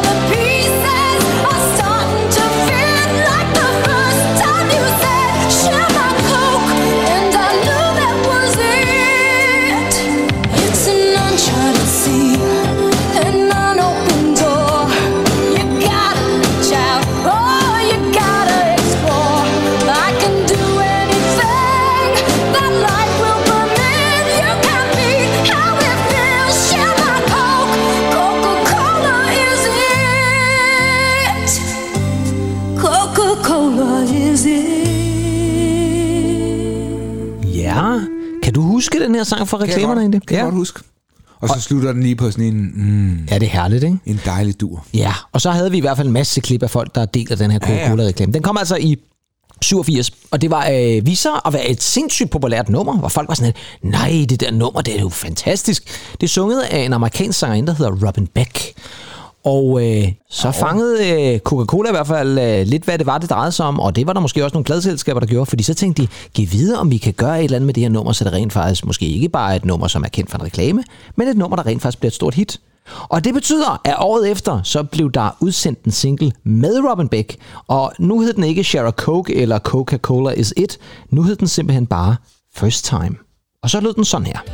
Kan du huske den her sang fra reklamerne egentlig? Kan jeg godt huske. Og så slutter den lige på sådan en... Mm, ja, det er herligt, ikke? En dejlig dur. Ja, og så havde vi i hvert fald en masse klip af folk, der deler den her Coca-Cola-reklame. Den kom altså i syvogfirs, og det var øh, viser at være et sindssygt populært nummer, hvor folk var sådan lidt, nej, det der nummer, det er jo fantastisk. Det er sunget af en amerikansk sangerinde, der hedder Robin Beck. Og øh, så fangede øh, Coca-Cola i hvert fald øh, lidt, hvad det var, det drejede sig om, og det var der måske også nogle pladeselskaber, der gjorde, fordi så tænkte de, giv videre, om vi kan gøre et eller andet med det her nummer, så det rent faktisk måske ikke bare er et nummer, som er kendt for en reklame, men et nummer, der rent faktisk bliver et stort hit. Og det betyder, at året efter, så blev der udsendt en single med Robin Beck, og nu hed den ikke Share a Coke eller Coca-Cola is it, nu hed den simpelthen bare First Time. Og så lød den sådan her.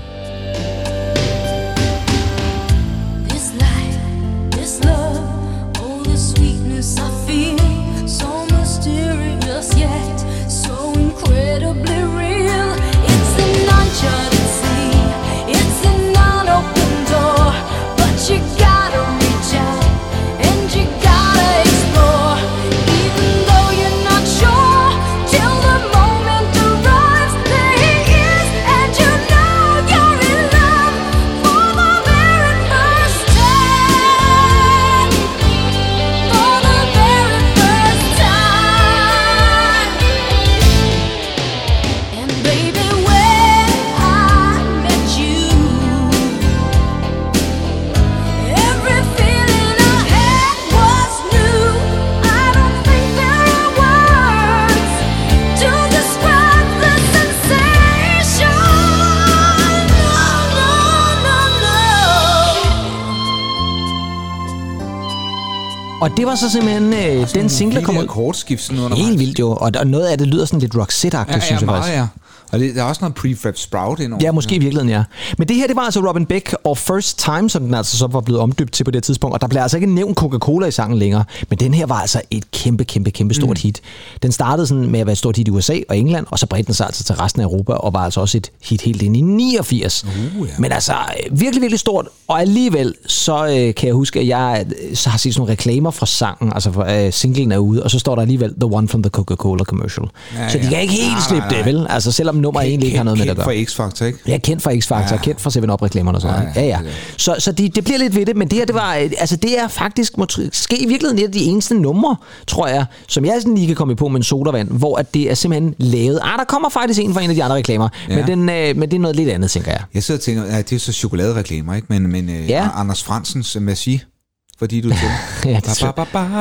Og det var så simpelthen øh, den single, der kom ud. Akkordskift sådan noget. Helt vildt jo, og noget af det lyder sådan lidt Roxette-agtigt, ja, synes ja, jeg faktisk. Ja, og det, der er også noget Prefab Sprout indover. Ja, måske i virkeligheden, ja. Men det her, det var altså Robin Beck og First Time, som den altså så var blevet omdøbt til på det tidspunkt. Og der blev altså ikke nævnt Coca-Cola i sangen længere. Men den her var altså et kæmpe, kæmpe, kæmpe stort mm. hit. Den startede sådan med at være et stort hit i U S A og England, og så bredte den sig altså til resten af Europa, og var altså også et hit helt ind i niogfirs. Uh, ja. Men altså virkelig, virkelig stort. Og alligevel, så øh, kan jeg huske, at jeg så har set sådan nogle reklamer fra sangen, altså fra, øh, singlen er ude, og så står der alligevel The One from the Coca-Cola Commercial. Ja, så de kan ikke helt slippe det, vel? Altså selvom nummer egentlig ikke har noget med det at gøre. Kendt for X-Factor, ikke? Ja, kendt for X-Factor, ja. Kendt for seven up-reklamerne og sådan noget. Ja, ja. ja. Så, så de, det bliver lidt ved det, men det her, det var, altså det er faktisk måske i virkeligheden et af de eneste numre, tror jeg, som jeg sådan lige kan komme på med en sodavand, hvor at det er simpelthen lavet. Ah, der kommer faktisk en fra en af de andre reklamer, ja. men, den, øh, men det er noget lidt andet, tænker jeg. Jeg sidder og tænker, ja, det er så chokoladereklamer, ikke? Men, men øh, ja. Anders Fransens Merci, fordi du tænker. ja, det er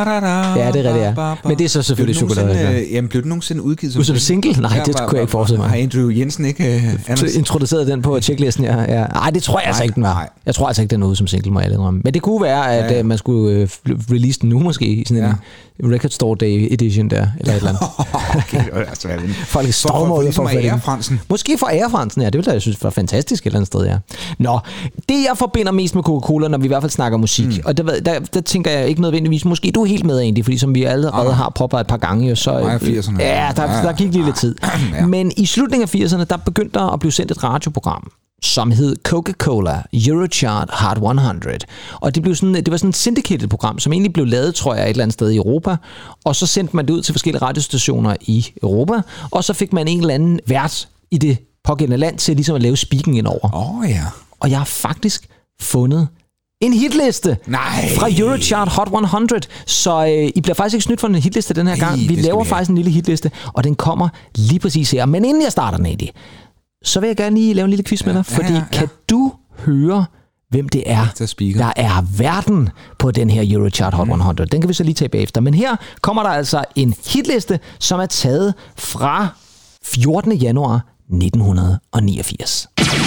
ja, det er rigtigt, ja. Men det er så selvfølgelig chokolade. Øh, jamen, blev det nogensinde udgivet som, som single? Nej, ja, det kunne jeg ikke forestille mig. Har Andrew Jensen ikke uh, introduceret den på checklisten? Ja, ja. Ej, det tror jeg nej, altså ikke, den var. Nej. Jeg tror altså ikke, den er ude som single, må jeg indrømme. Men det kunne være, at ja, ja. Uh, man skulle uh, release den nu måske i sådan en ja. Record Store Day edition der, eller et eller andet. Okay, det var altså folk stormer ud for at ære Fransen. Måske for ære Fransen, ja. Det ville da, jeg synes, var fantastisk et eller andet sted, ja. Nå, det jeg forbinder mest med Coca-Cola, når vi i hvert fald snakker musik, mm. og der, der der, der tænker jeg ikke nødvendigvis, måske du er helt med egentlig, fordi som vi allerede har påpeget et par gange, jo, så Nej, firserne. ja, der, der gik lige lidt tid. Ja. Men i slutningen af firserne, der begyndte der at blive sendt et radioprogram, som hed Coca-Cola Eurochart Hot hundrede. Og det, blev sådan, det var sådan et syndicated program, som egentlig blev lavet, tror jeg, et eller andet sted i Europa. Og så sendte man det ud til forskellige radiostationer i Europa, og så fik man en eller anden vært i det pågældende land til ligesom at lave speaking indover. Åh oh, ja. Og jeg har faktisk fundet en hitliste Nej. fra Eurochart Hot hundrede. Så øh, I bliver faktisk ikke snydt for en hitliste den her gang. Ej, vi det laver vi faktisk en lille hitliste, og den kommer lige præcis her. Men inden jeg starter den, Eddie, så vil jeg gerne lige lave en lille quiz med dig, ja, fordi ja, ja. kan du høre, hvem det er, der, der er verden på den her Eurochart Hot hundrede? Den kan vi så lige tage bagefter. Men her kommer der altså en hitliste, som er taget fra fjortende januar nitten niogfirs.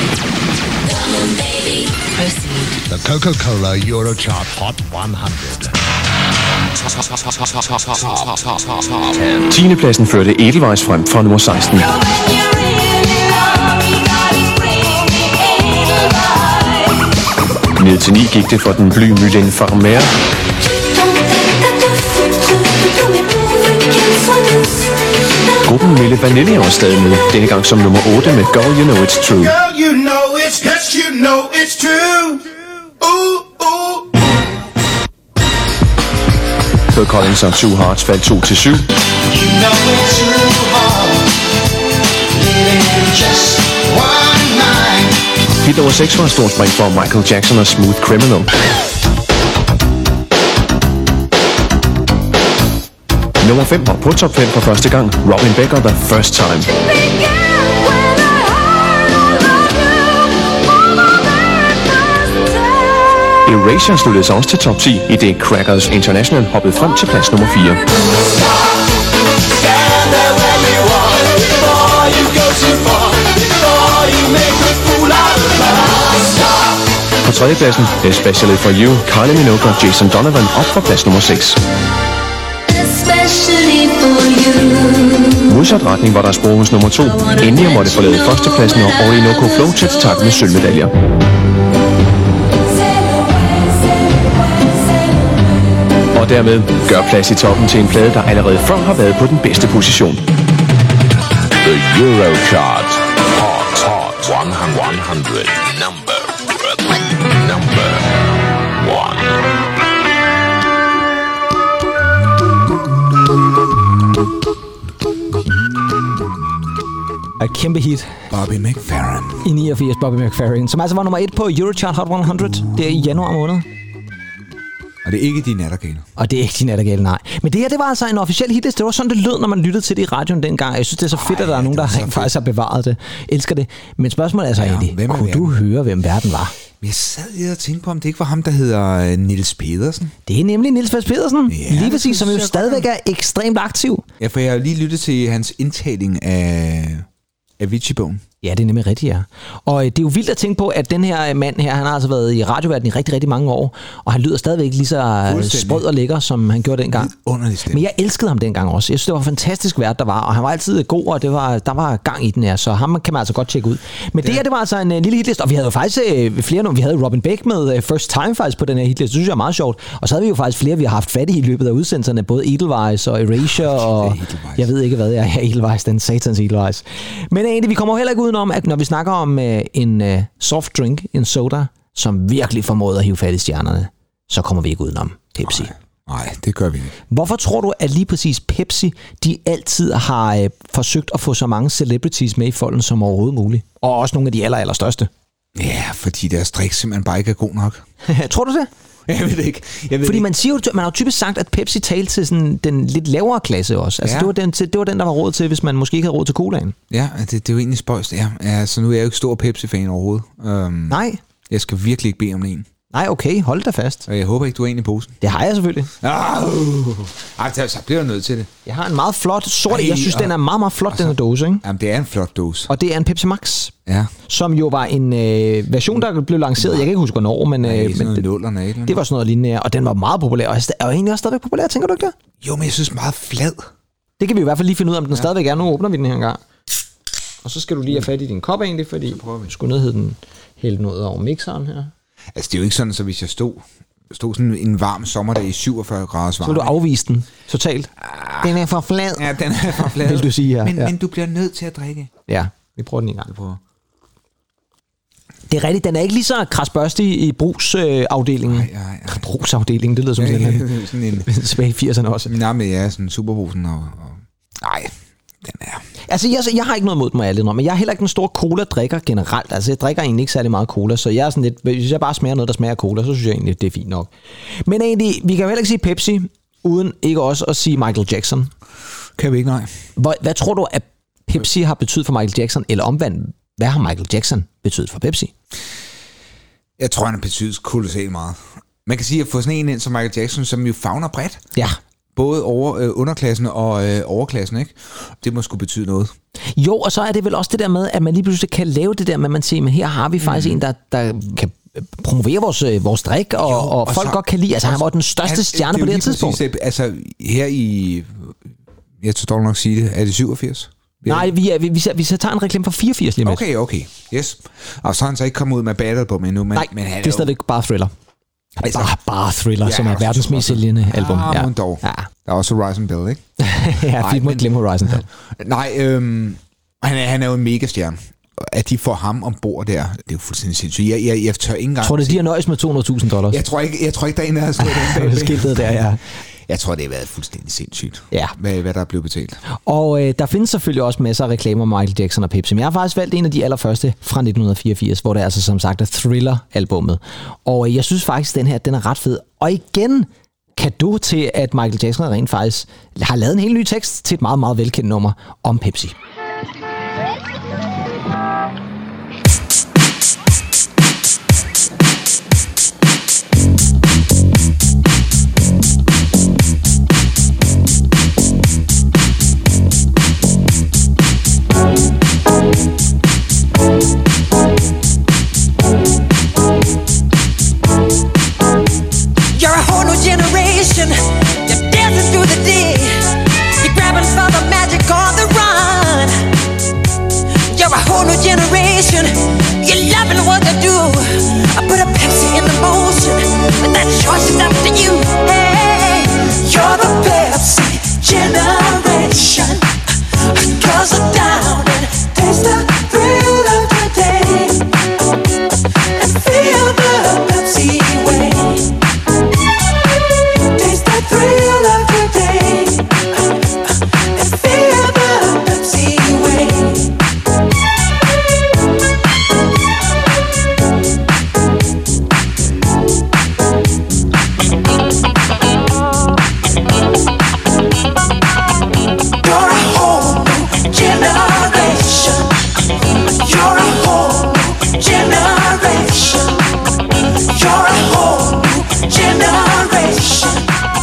The Coca-Cola Eurochart Hot hundrede. tiende pladsen førte Edelweiss frem fra nummer seksten. Ned til ni gik det for den bly Mylène Farmer. Gruppen Milli Vanilli var stadig med, denne gang som nummer otte med Girl You Know It's True. Girl, you know it's, yes, you know it's true. Ooh, ooh. Phil Collins og Two Hearts faldt to til syv. You know it's too hard. Living just one night. Hit nummer seks var et stort spring for Michael Jackson og Smooth Criminal. Nummer fem var på top fem for første gang, Robin Becker, The First Time. Erasure sluttede sig også til top ti, i det Crackers International hoppede frem til plads nummer fire. På tredjepladsen, Especially For You, Kylie Minogue og Jason Donovan op fra plads nummer seks. Modsat retning var der spor hos nummer to. Enya måtte forlade førstepladsen, og Orinoco Flow til at takke med sølvmedaljer. Og dermed gør plads i toppen til en plade, der allerede før har været på den bedste position. The Eurochart Hot Hot hundrede. Number Number one. Et kæmpe hit. Bobby McFerrin. I niogfirs, Bobby McFerrin, som altså var nummer et på Eurochart Hot hundrede. Det er i januar måned. Og det er ikke din nattergale. Og det er ikke din nattergale, nej. Men det her, det var altså en officiel hitliste. Det var sådan, det lød, når man lyttede til det i radioen dengang. Jeg synes, det er så fedt, Ej, at der er nogen, der rent faktisk har bevaret det. Elsker det. Men spørgsmålet er så ja, egentlig, kunne verden? du høre, hvem verden var? Jeg sad lige og tænkte på, om det ikke var ham, der hedder Niels Pedersen. Det er nemlig Niels Vest Pedersen. Ja, lige præcis, som jo stadigvæk er ekstremt aktiv. Ja, for jeg har lige lyttet til hans indtaling af Avicii-bogen. Ja, det er nemlig rigtigt, ja. Og det er jo vildt at tænke på, at den her mand her, han har altså været i radioverdenen i rigtig, rigtig mange år, og han lyder stadigvæk lige så sprød og lækker, som han gjorde dengang. Men jeg elskede ham dengang også. Jeg synes, det var en fantastisk vært, der var, og han var altid god, og det var, der var gang i den her, så ham kan man altså godt tjekke ud. Men det, det her, det var altså en uh, lille hitliste, og vi havde jo faktisk uh, flere nu. Vi havde Robin Beck med uh, First Time faktisk på den her hitliste, det synes jeg er meget sjovt. Og så havde vi jo faktisk flere, vi har haft fat i i løbet af udsendelserne, både Edelweiss og Erasure, og jeg ved ikke hvad, jeg er Edelweiss, den satans Edelweiss. Men egentlig, vi kommer heller ikke udenom, at når vi snakker om uh, en uh, soft drink, en soda, som virkelig formåede at hive fat i stjernerne, så kommer vi ikke udenom Pepsi. Nej, nej, det gør vi ikke. Hvorfor tror du, at lige præcis Pepsi, de altid har uh, forsøgt at få så mange celebrities med i folden som overhovedet muligt? Og også nogle af de aller, aller største. Ja, fordi deres drik simpelthen bare ikke er god nok. Tror du det? Jeg ved det ikke. Jeg ved Fordi ikke. man siger jo, man har jo typisk sagt, at Pepsi talte til sådan den lidt lavere klasse også. Altså Ja. det, var den, det var den, der var råd til, hvis man måske ikke havde råd til colaen. Ja, det, det er jo egentlig spøjst. Ja, altså, nu er jeg jo ikke stor Pepsi-fan overhovedet. Um, Nej. Jeg skal virkelig ikke bede om en. Nej, okay, hold da fast. Og jeg håber ikke, du er en i posen. Det har jeg selvfølgelig. Ah, uh. Ej, så bliver jeg nødt til det. Jeg har en meget flot sort. Ej, Jeg synes, og- den er meget, meget flot, altså- den her dåse, ikke? Jamen, det er en flot dåse. Og det er en Pepsi Max, Ja. som jo var en øh, version, der blev lanceret. Jeg kan ikke huske, hvornår, men, Nej, øh, sådan men noget det, nullerne, ikke? det var sådan noget lignende, og den var meget populær. Og er jo egentlig også stadigvæk populær, tænker du ikke det? Jo, men jeg synes meget flad. Det kan vi i hvert fald lige finde ud af, om den ja. stadigvæk er. Nu åbner vi den her en gang. Og så skal du lige have fat i din kop egentlig, fordi du skulle ned den hælde noget over mixeren her. Altså, det er jo ikke sådan, så hvis jeg stod stod sådan en varm sommerdag i syvogfyrre graders varme. Så du afviste den totalt? Ah, den er for flad. Ja, den er for flad. Vil du sige, ja. Men, ja. men du bliver nødt til at drikke. Ja, vi prøver den en gang. Prøver. Det er rigtigt, den er ikke lige så krasbørstig i brugsafdelingen. Øh, nej, nej, nej. Brugsafdelingen, det lyder som ja, sådan ja, sådan en... tilbage i firserne også. Nej, men ja, sådan Superbrusen og... og nej, den er... Altså, jeg, jeg har ikke noget mod dem, må jeg ærligt indrømme, men jeg er heller ikke en stor cola-drikker generelt. Altså, jeg drikker egentlig ikke særlig meget cola, så jeg er sådan lidt... Hvis jeg bare smager noget, der smager af cola, så synes jeg egentlig, det er fint nok. Men egentlig, vi kan jo heller ikke sige Pepsi, uden ikke også at sige Michael Jackson. Kan vi ikke, nej. Hvad, hvad tror du, at Pepsi har betydet for Michael Jackson, eller omvendt, hvad har Michael Jackson betydet for Pepsi? Jeg tror, han har betydet kolossalt meget. Man kan sige, at få sådan en ind som Michael Jackson, som jo favner bredt. Ja. Både over, øh, underklassen og øh, overklassen, ikke? Det må sgu betyde noget. Jo, og så er det vel også det der med, at man lige pludselig kan lave det der med, at man siger, men her har vi faktisk mm. en, der, der kan promovere vores, vores drik, og, jo, og, og folk så, godt kan lide. Altså, han var den største han, stjerne det på det her tidspunkt. Præcis, altså, her i... Jeg tror nok sige det. Er det syvogfirs? Nej, vi, er, vi, vi, vi tager en reklame fra fireogfirs lige med. Okay, okay. Yes. Og så har han så ikke kommet ud med Battle på mig endnu. Men, Nej, men han det er stadigvæk bare Thriller. Altså, bare, bare Thriller, ja, som er verdens mest sælgende album. Ja, men dog. Ja. Der er også Horizon Bell, ikke? Ja, vi må ikke glemme Horizon Bell. Nej, øhm, han, er, han er jo en megastjerne. At de får ham ombord der, det er jo fuldstændig sindssygt. Jeg, jeg, jeg tør ikke engang... Tror du, de har nøjes med to hundrede tusind dollars? Jeg tror ikke, jeg tror ikke der er en, der har slået den bag. Skiltet der, ja. Jeg tror, det har været fuldstændig sindssygt, ja. hvad, hvad der er blevet betalt. Og øh, der findes selvfølgelig også masser af reklamer med Michael Jackson og Pepsi, men jeg har faktisk valgt en af de allerførste fra nitten fireogfirs, hvor det er altså som sagt er Thriller-albummet. Og øh, jeg synes faktisk, at den her den er ret fed. Og igen, cadeau til, at Michael Jackson rent faktisk har lavet en helt ny tekst til et meget, meget velkendt nummer om Pepsi. You're dancing through the day. You're grabbing for the magic on the run. You're a whole new generation. You're loving what they do. I put a Pepsi in the motion, but that choice is up to you. Hey, you're the Pepsi generation. Guzzle down and taste the thrill of the day, and feel the Pepsi way. Thrill of the day, and feel the Pepsi way. You're a whole new generation. You're a whole new generation. You're a whole new generation.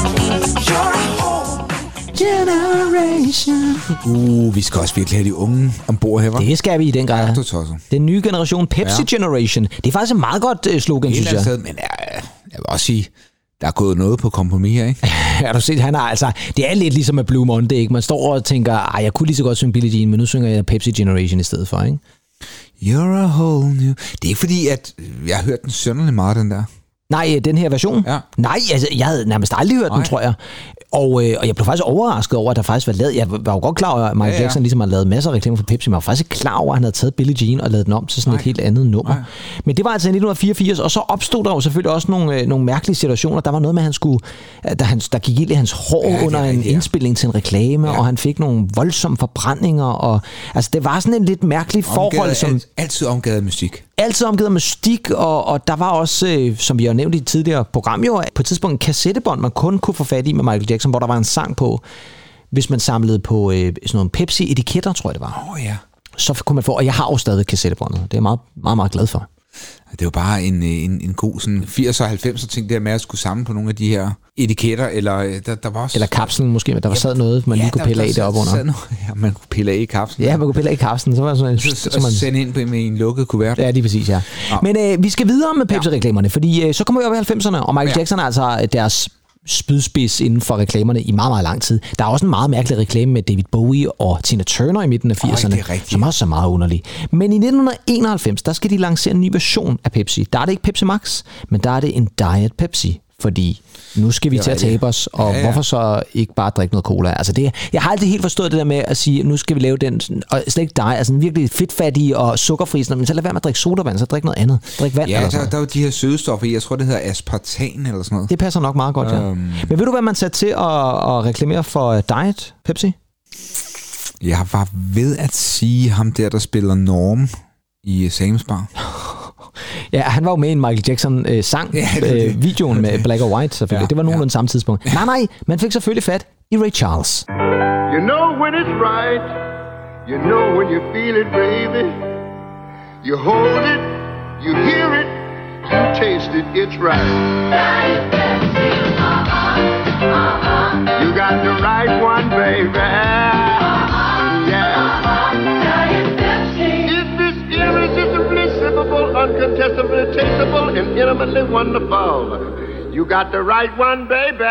Generation. Uh, vi skal også virkelig have de unge ombord her, hva'? Det skal vi i den grad. Ja, du tosser. Den nye generation, Pepsi ja. Generation. Det er faktisk et meget godt uh, slogan, synes jeg. Sted, men jeg, jeg vil også sige, der er gået noget på kompromis her, ikke? Ja, du set, han har altså... Det er lidt ligesom med Blue Monday, ikke? Man står og tænker, ej, jeg kunne lige så godt synge Billie Jean, men nu synger jeg Pepsi Generation i stedet for, ikke? You're a whole new... Det er ikke fordi, at jeg har hørt den sønderlig meget, den der. Nej, den her version? Ja. Nej, altså, jeg havde nærmest aldrig hørt Nej. den, tror jeg. Og, øh, og jeg blev faktisk overrasket over, at der faktisk var lavet... Jeg var jo godt klar over, at Michael ja, ja. Jackson ligesom har lavet masser af reklamer for Pepsi, men jeg var faktisk ikke klar over, at han havde taget Billie Jean og lavet den om til sådan Nej. et helt andet nummer. Nej. Men det var altså i nitten fireogfirs, og så opstod der jo selvfølgelig også nogle, øh, nogle mærkelige situationer. Der var noget med, at han skulle... Der, han, der gik ild i hans hår ja, under en indspilning til en reklame, ja. og han fik nogle voldsomme forbrændinger. Og, altså, det var sådan en lidt mærkelig omgivet, forhold, som... Alt, altid omgivet af mystik. Altid omgivet af mystik, og, og der var også, øh, som vi har nævnt i et tidligere program, jo på et tidspunkt en kassettebånd, man kun kunne få fat i med Michael Jackson, hvor der var en sang på, hvis man samlede på øh, sådan nogle Pepsi-etiketter, tror jeg det var. Åh oh, ja. Så kunne man få, og jeg har jo stadig kassettebåndet. Det er jeg meget, meget, meget glad for. Det var bare en, en, en god sådan firs og halvfems ting der med at skulle samle på nogle af de her etiketter, eller der, der var også... Eller kapslen måske, men der var sad noget, man ja, lige kunne pille af deroppe under. Noget, ja, man kunne pille af i kapslen. Ja, man kunne pille af i kapslen. Så var sådan en, så, så, så man sende ind på med en lukket kuvert. Ja, lige præcis, ja. ja. Men øh, vi skal videre med Pepsi-reklamerne, fordi øh, så kommer vi op i halvfemserne, og Michael ja. Jackson er altså deres spydspids inden for reklamerne i meget, meget lang tid. Der er også en meget mærkelig reklame med David Bowie og Tina Turner i midten af firserne, oh, som også er meget underlig. Men i nitten enoghalvfems, der skal de lancere en ny version af Pepsi. Der er det ikke Pepsi Max, men der er det en Diet Pepsi. fordi nu skal vi til at tabe os, og ja, ja. hvorfor så ikke bare drikke noget cola? Altså det, jeg har aldrig helt forstået det der med at sige, nu skal vi lave den, og slet ikke dig, altså en virkelig fedtfattig og sukkerfri, men så lad være med at drikke sodavand, så drik noget andet. Drik vand ja, eller sådan. Ja, der, der er jo de her sødestoffer i, jeg tror det hedder aspartan eller sådan noget. Det passer nok meget godt, ja. Um... Men ved du, hvad man satte til at, at reklamere for Diet Pepsi? Jeg var ved at sige ham der, der spiller Norm i Sam's Bar. Ja, han var jo med i en Michael Jackson-sang, øh, ja, øh, videoen med Black or White, selvfølgelig. Ja, det var nogenlunde ja. samme tidspunkt. Nej, nej, man fik selvfølgelig fat i Ray Charles. You know when it's right, you know when you feel it, baby. You hold it, you hear it, you taste it, it's right. You got the right one, baby. Uncontestably tasteable and intimately wonderful. You got the right one, baby.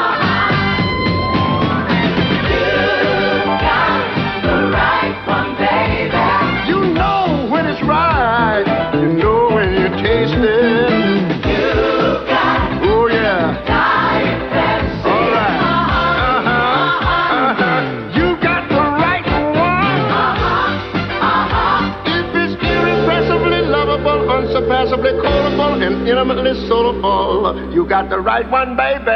You got the right one, baby. You know when it's right. You know when you taste it. You got oh yeah. Diet Pepsi. All right. Uh-huh. Uh-huh. You got the right one. Uh-huh. Uh-huh. If it's irrepressibly lovable, unsurpassably callable and intimately soulful. You got the right one, baby.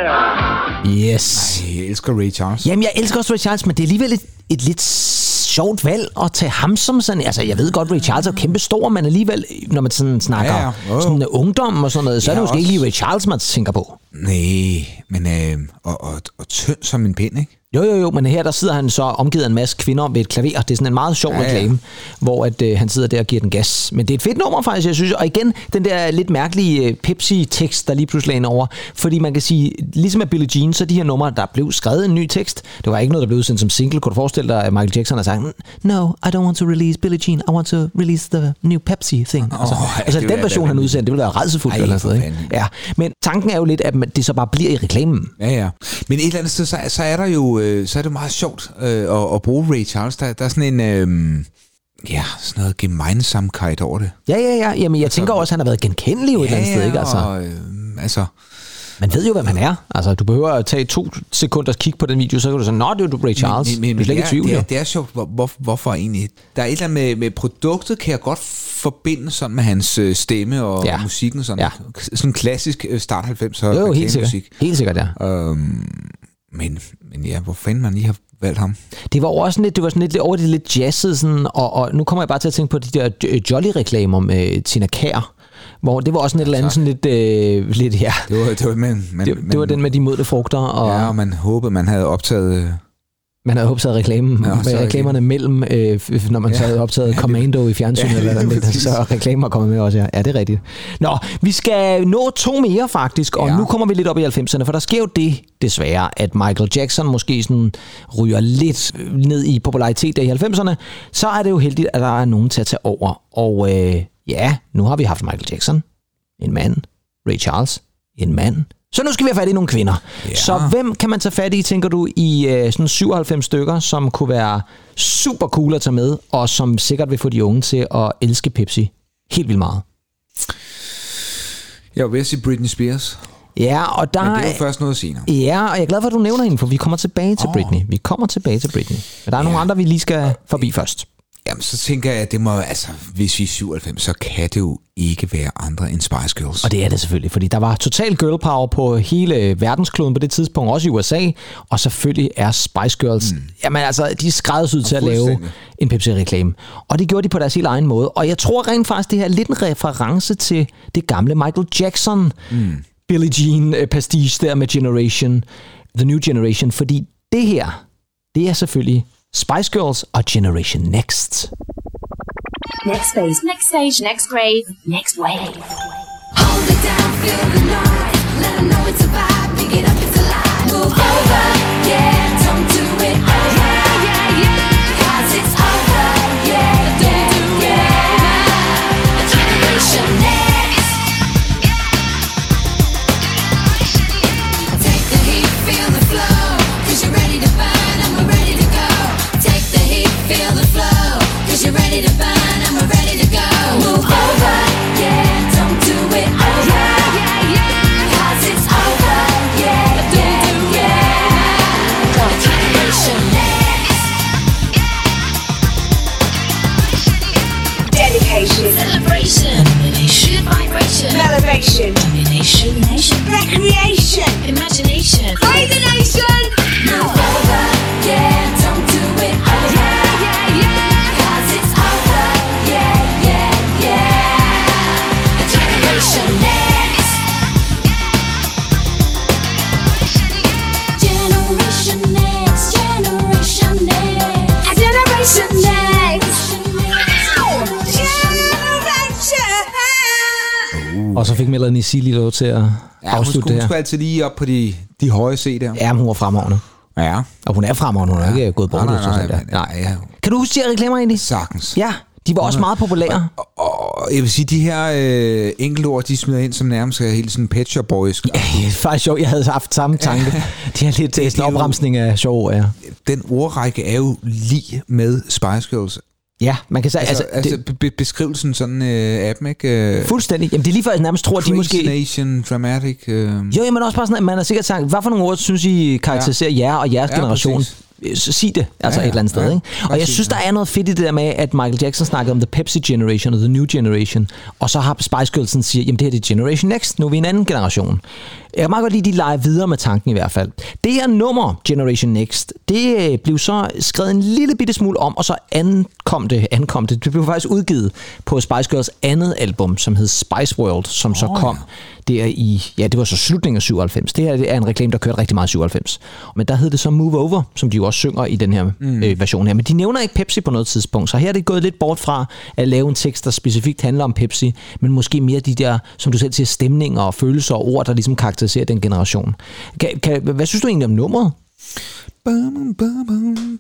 Yes. Ej, jeg elsker Ray Charles. Jamen, jeg elsker også Ray Charles, men det er alligevel et, et lidt sjovt valg at tage ham som sådan... Altså, jeg ved godt, Ray Charles er kæmpe stor, men alligevel, når man sådan snakker ja, ja. sådan ungdom og sådan noget, så ja, er det måske også ikke lige Ray Charles, man tænker på. Nej, men øh, og, og, og tynd som en pind, ikke? Jo, jo, jo, men her der sidder han så omgivet af en masse kvinder ved et klaver. Det er sådan en meget sjov ja, ja. reklame, hvor at, øh, han sidder der og giver den gas. Men det er et fedt nummer faktisk, jeg synes. Og igen, den der lidt mærkelige øh, Pepsi-tekst, der lige pludselig er ind over. Fordi man kan sige, ligesom med Billie Jean, så de her numre, der blev skrevet en ny tekst. Det var ikke noget, der blev udsendt som single. Kunne du forestille dig, at Michael Jackson har sagt, no, I don't want to release Billie Jean, I want to release the new Pepsi thing. Oh, altså, ej, altså den version, han udsendte, det ville være rædselsfuldt eller sådan noget. Ja, men tanken er jo lidt, at det så bare bliver i reklamen. Ja, ja. Men et eller andet sted, så, så er der jo, øh, så er det meget sjovt øh, at, at bruge Ray Charles. Der, der er sådan en, øh, ja, sådan noget gemeinsamkeit over det. Ja, ja, ja. Jamen, jeg altså, tænker også, at han har været genkendelig jo ja, et eller andet sted, ikke? Altså, og, øh, altså... Man ved jo, hvem han er. Altså, du behøver at tage to sekunders kig på den video, så kan du sige, nå, det er du Ray Charles. Men, men, men, du er slet ikke i tvivl. Det er, det er sjovt. Hvor, hvor, hvorfor egentlig? Der er et eller andet med, med produktet, kan jeg godt forbinde sådan med hans stemme og ja. musikken. Sådan, ja. sådan klassisk start halvfemser jo, helt sikkert. Helt sikkert, ja. Øhm, men, men ja, hvor fanden man lige har valgt ham? Det var også sådan lidt, det var sådan lidt over det lidt jazzet, sådan, og, og nu kommer jeg bare til at tænke på de der Jolly-reklamer med Tina Kjær. Hvor det var også en et eller andet sådan lidt, øh, lidt ja. Det var, det var, men, men, det, det var den med de modne frugter. Og ja, og man håbede, man havde optaget... Man havde optaget reklamen, ja, med reklamerne reklame. mellem, øh, når man ja. så havde optaget ja, Commando i fjernsynet, ja, eller andet, så reklamer kommer med også, ja. Ja, det er rigtigt. Nå, vi skal nå to mere faktisk, og ja. nu kommer vi lidt op i halvfemserne, for der sker jo det, desværre, at Michael Jackson måske sådan ryger lidt ned i popularitet der i halvfemserne, så er det jo heldigt, at der er nogen til at tage over, og øh, ja, nu har vi haft Michael Jackson, en mand, Ray Charles, en mand. Så nu skal vi have fat i nogle kvinder. Ja. Så hvem kan man tage fat i, tænker du, i øh, sådan syvoghalvfems stykker, som kunne være super cool at tage med, og som sikkert vil få de unge til at elske Pepsi helt vildt meget? Jeg vil sige Britney Spears. Ja, og der... Men det er jo først noget senere. Ja, og jeg er glad for, at du nævner hende, for vi kommer tilbage til oh. Britney. Vi kommer tilbage til Britney. Men der er ja. nogle andre, vi lige skal forbi først. Jamen, så tænker jeg, at det må, altså, hvis vi er syvoghalvfems, så kan det jo ikke være andre end Spice Girls. Og det er det selvfølgelig, fordi der var total girl power på hele verdenskloden på det tidspunkt, også i U S A, og selvfølgelig er Spice Girls, mm. jamen altså, de er skræddersyet til at lave en Pepsi-reklame. Og det gjorde de på deres helt egen måde. Og jeg tror rent faktisk, det her er lidt en reference til det gamle Michael Jackson, mm. Billie Jean pastiche der med Generation, The New Generation, fordi det her, det er selvfølgelig Spice Girls og Generation Next. Next phase, next stage, next grave, next wave. Hold it down, feel the noise. Let them know it's a vibe. Pick it up, it's alive. Move over, yeah, don't do it. Oh, yeah, yeah, yeah. Cause it's over, yeah, yeah, yeah. Generation Next. Take the heat, feel the flow. Cause you're ready to burn and we're ready to go. Take the heat, feel the flow. Cause you're ready to burn and we're ready to go. Move over, yeah, don't do it. Oh, yeah, yeah, yeah. Cause it's Celebration. Celebration. Illumination. Vibration. Elevation. Domination. Nation. Recreation. Imagination. Crazy nation. Now over. Yeah, don't do it over. Yeah, yeah, yeah. Cause it's over. Yeah, yeah, yeah. A generation next. Generation next. Generation next. A generation next. Og så fik Melanie C. lige lov til at Ja, afslutte hun skulle, det hun her. skulle altid lige op på de, de høje C der. Ja, men hun var fremragende. Ja. Og hun er fremragende, hun er ikke gået bort. Nej, nej, nej, der. men- nej, ja. Kan du huske de her reklamer egentlig? Sagtens. Ja, de var også meget populære. Og jeg vil sige, de her øh, enkelte ord, de smider ind som nærmest er helt sådan Pet Shop Boys. Ja, det er faktisk sjovt, jeg havde haft samme tanke. De har lidt sådan en opremsning af sjove ord, ja. Den ordrække er jo lige med Spice Girls. Ja, man kan sige... Altså, altså, altså be- beskrivelsen sådan øh, af dem, ikke? Øh, fuldstændig. Jamen, det er lige før, jeg nærmest tror, at de Crazy måske... Nation, Dramatic... Øh. Jo, men også bare sådan, at man har sikkert sagt, hvad for nogle ord synes I karakteriserer ja. jer og jeres Ja, generation? præcis. Så sig det, altså Ja, ja, et eller andet ja, sted. ja. Ikke? Og jeg Præcis, synes, der ja. er noget fedt i det der med, at Michael Jackson snakkede om The Pepsi Generation og The New Generation, og så har Spice Girls sådan siger, jamen det her det er Generation Next, nu er vi en anden generation. Jeg kan meget godt lide, at de leger videre med tanken i hvert fald. Det her nummer, Generation Next, det blev så skrevet en lille bitte smule om, og så ankom det, ankom det. Det blev faktisk udgivet på Spice Girls andet album, som hed Spice World, som oh, så kom ja. der i, ja, det var så slutningen af syvoghalvfems. Det her er en reklame, der kørte rigtig meget i syvoghalvfems. Men der hed det så Move Over, som de jo også synger i den her mm. øh, version her. Men de nævner ikke Pepsi på noget tidspunkt, så her er det gået lidt bort fra at lave en tekst, der specifikt handler om Pepsi, men måske mere de der, som du selv siger, stemninger og følelser og ord, der ligesom karakteriserer den generation. Kan, kan, hvad synes du egentlig om nummeret? Bum, bum, bum.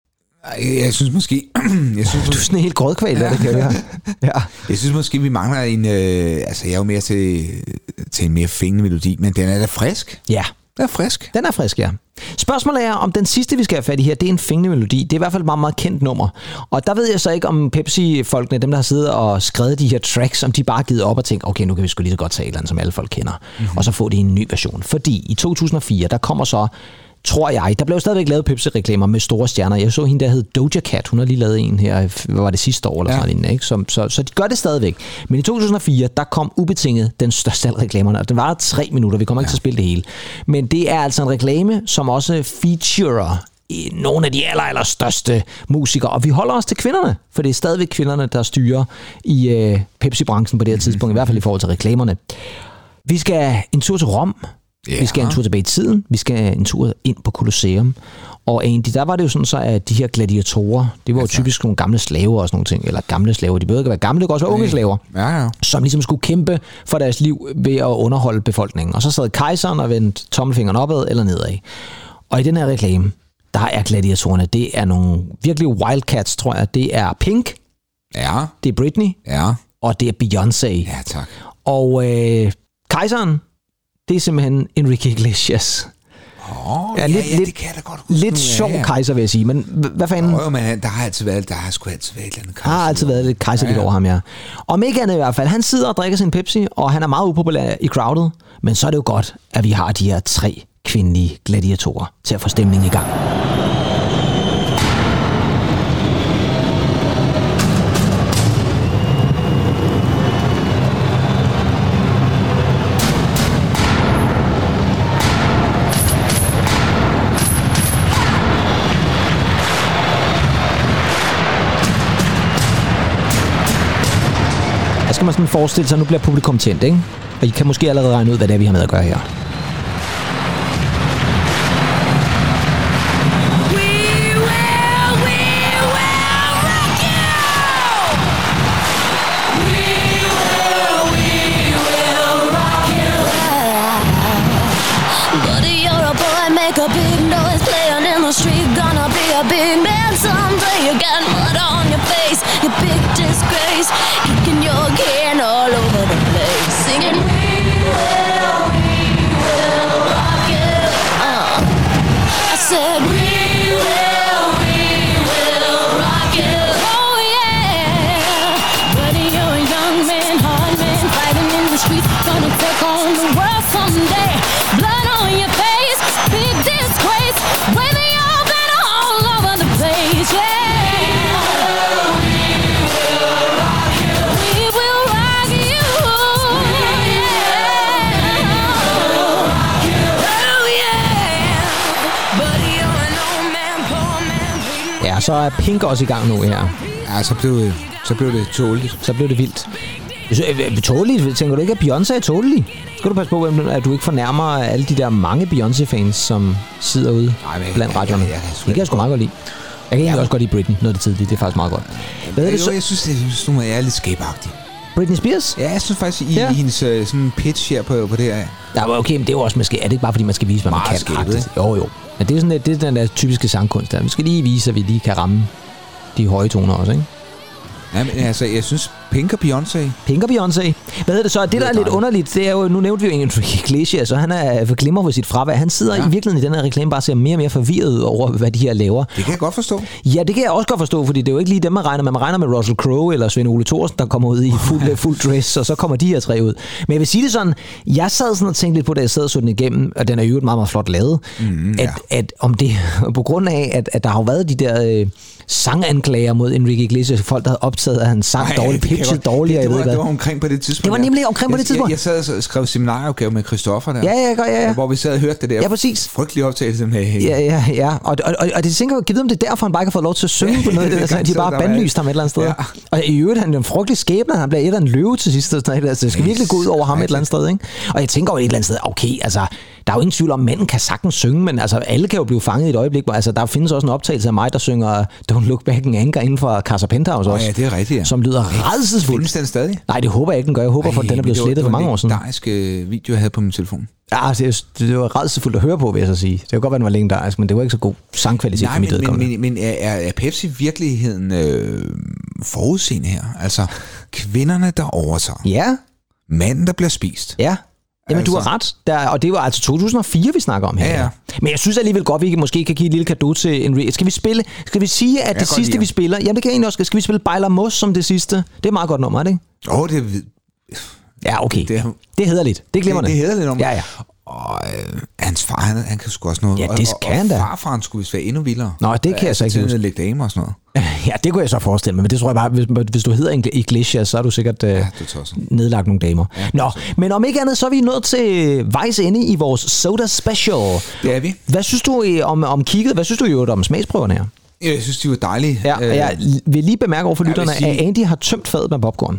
Jeg synes måske... jeg synes, Du er sådan helt grødkvæl, ja. Det kan jeg. Ja. Jeg synes måske, vi mangler en... Øh, altså, jeg er jo mere til, til en mere fængende melodi, men den er da frisk. Ja. Den er frisk. Den er frisk, ja. Spørgsmålet er, om den sidste, vi skal have fat i her, det er en fængende melodi. Det er i hvert fald et meget, meget kendt nummer. Og der ved jeg så ikke, om Pepsi-folkene, dem der har siddet og skrevet de her tracks, om de bare har givet op og tænkt, okay, nu kan vi sgu lige så godt tage et eller andet, som alle folk kender. Mm-hmm. Og så få det i en ny version. Fordi i to tusind og fire, der kommer så... tror jeg. Der blev stadigvæk lavet Pepsi-reklamer med store stjerner. Jeg så hende, der hed Doja Cat. Hun har lige lavet en her, hvad var det sidste år, eller ja. sådan en, ikke? Så, så, så de gør det stadigvæk. Men i to tusind og fire, der kom ubetinget den største af reklamerne, og den var tre minutter. Vi kommer ikke ja. til at spille det hele. Men det er altså en reklame, som også featurer nogle af de aller, aller største musikere. Og vi holder os til kvinderne, for det er stadigvæk kvinderne, der styrer i øh, Pepsi-branchen på det her tidspunkt, i hvert fald i forhold til reklamerne. Vi skal en tur til Rom. Yeah. Vi skal en tur tilbage i tiden. Vi skal en tur ind på Colosseum. Og egentlig, der var det jo sådan så, at de her gladiatorer, det var jo typisk nogle gamle slaver og sådan nogle ting. Eller gamle slaver. De behøver ikke være gamle, det kan også være unge slaver. Ja, ja. Som ligesom skulle kæmpe for deres liv ved at underholde befolkningen. Og så sad kejseren og vendte tommelfingeren opad eller nedad. Og i den her reklame, der er gladiatorerne. Det er nogle virkelig wildcats, tror jeg. Det er Pink. Ja. Det er Britney. Ja. Og det er Beyoncé. Ja, tak. Og øh, kejseren, det er simpelthen Enrique Iglesias. Åh, oh, ja, lidt, ja, ja, lidt, det kan jeg da godt huske. Lidt sjov ja, ja. kejser, vil jeg sige. Men hvad fanden? Jo, men der har altid været, der har sgu altid været et eller andet kejser. Der har altid været lidt kejserligt ja, ja. over ham, ja. Om ikke andet i hvert fald. Han sidder og drikker sin Pepsi, og han er meget upopulær i crowdet. Men så er det jo godt, at vi har de her tre kvindelige gladiatorer til at få stemningen i gang. Skal man sådan forestille sig, at nu bliver publikum tændt, ikke? Og I kan måske allerede regne ud, hvad det er, vi har med at gøre her. Kicking your can all over the place, singing we will, we will rock you. Uh, I said we will, we will rock you. Oh yeah, buddy, you're a young man, hard man, fighting in the streets, gonna take on the world someday. Blood on your face, big disgrace, waving your banner all over the place, yeah. Og så er Pink også i gang nu her. Ja, så blev, så blev det tåligt. Så blev det vildt. Tåligt? Tænker du ikke, at Beyoncé er tålig? Skal du passe på, at du ikke fornærmer alle de der mange Beyoncé-fans, som sidder ude Nej, men, blandt radioerne? Ja, ja, det kan jeg sgu meget godt lide. Jeg kan egentlig ja. også godt lide Britney, noget af det tidlige. Det er faktisk meget godt. Hvad er det jo, så? Jeg synes, det synes, det er lidt skæbagtig. Britney Spears? Ja, jeg synes faktisk, i, ja. i hendes sådan pitch her på, på det her. Ja, okay, men det er jo også måske... Er det ikke bare, fordi man skal vise, hvad man kan? Skæbet, jo, jo. Men det er, sådan, det er den der typiske sangkunst der. Vi skal lige vise, at vi lige kan ramme de høje toner også, ikke? Ja, men altså, jeg synes, Pink og Beyoncé. Pink og Beyoncé. Hvad hedder det så? Det, der er lidt underligt, det er jo... Nu nævnte vi jo Enrique Iglesias, så han er for glimmer på sit fravær. Han sidder ja. i virkeligheden i den her reklame bare ser mere og mere forvirret over, hvad de her laver. Det kan jeg godt forstå. Ja, det kan jeg også godt forstå, fordi det er jo ikke lige dem, man regner med. Man regner med Russell Crowe eller Svend Ole Thorsen, der kommer ud i fuld, fuld dress, og så kommer de her tre ud. Men jeg vil sige det sådan, jeg sad sådan og tænkte lidt på, da jeg sad og så den igennem, og den er jo meget, meget flot lavet, mm, ja. at, at om det, på grund af, at, at der har jo været de der... Øh, sanganklager mod Enrique Iglesias, folk der havde optaget, at han sang dårligt, pitchet dårligere, det, det, jeg ved det, det var omkring på det tidspunkt. Det var nemlig omkring på det tidspunkt. Jeg, jeg, jeg sad og skrev seminaropgave med Christoffer der. Ja, ja, ja, ja. Hvor vi sad og hørte det der. Ja, præcis. Frygtelige optagelse med. Ja, ja, ja. Og, og, og, og det tænker jeg, givet om det er derfor, han bare ikke har fået lov til at synge ja, på noget. Det, det, de bare bandlyst ham et eller andet sted. Ja. Og i øvrigt, han er en frygtelig skæbne, han bliver et af en løve til sidst. Altså, det skal virkelig gå ud over ham et eller andet sted, ikke? Og jeg tænker jo et eller andet sted, okay, altså, der er jo ingen tvivl om, at manden kan sagtens synge, men altså, alle kan jo blive fanget i et øjeblik. Altså, der findes også en optagelse af mig, der synger Don't Look Back in Anger inden for Casa Penthouse også. Oh, ja, det er rigtigt, ja. Som lyder rædselsfuldt. Findes den stadig? Nej, det håber jeg ikke, den gør. Jeg håber, Ej, for den er blevet slettet for mange år siden. Det var en legendarisk video, jeg havde på min telefon. Ja, det, det var rædselsfuldt at høre på, vil jeg så sige. Det kan godt være, den var legendarisk, men det var ikke så god sangkvalitet for mit men, vedkommende. Men, men, men er, er Pepsi virkeligheden øh, forudseende her? Altså, kvinderne, der overtager. Ja. Manden, der bliver spist. Ja. Jamen, altså. Du har ret. Der, og det var altså to tusind og fire, vi snakker om her. Ja, ja. Men jeg synes alligevel godt, vi måske kan give et lille cadeau til Enrique. Skal vi spille? Skal vi sige, at jeg det sidste, vi spiller... Jamen, det kan jeg egentlig også. Skal vi spille Bailamos som det sidste? Det er meget godt nummer, er det ikke? Åh, oh, det er... Ja, okay. Det, det hedder lidt. Det glemmer det. Det hedder lidt om. Ja, ja. Og øh, hans far, han, han kan sgu også noget. Ja, det kan han da. Og farfaren skulle vist være endnu vildere. Nå, det kan jeg, jeg så ikke huske. Lægge damer og sådan noget. Ja, det kunne jeg så forestille mig, men det tror jeg bare, hvis, hvis du hedder Iglesias, så er du sikkert øh, ja, nedlagt nogle damer. Ja, Nå, men om ikke andet, så er vi nået til vejs ende i vores Soda Special. Det er vi. Hvad synes du om, om kigget? Hvad synes du jo om smagsprøverne her? Jeg synes, de var dejlige. Ja, og jeg vil lige bemærke over for lytterne, sige... at Andy har tømt fadet med popcorn.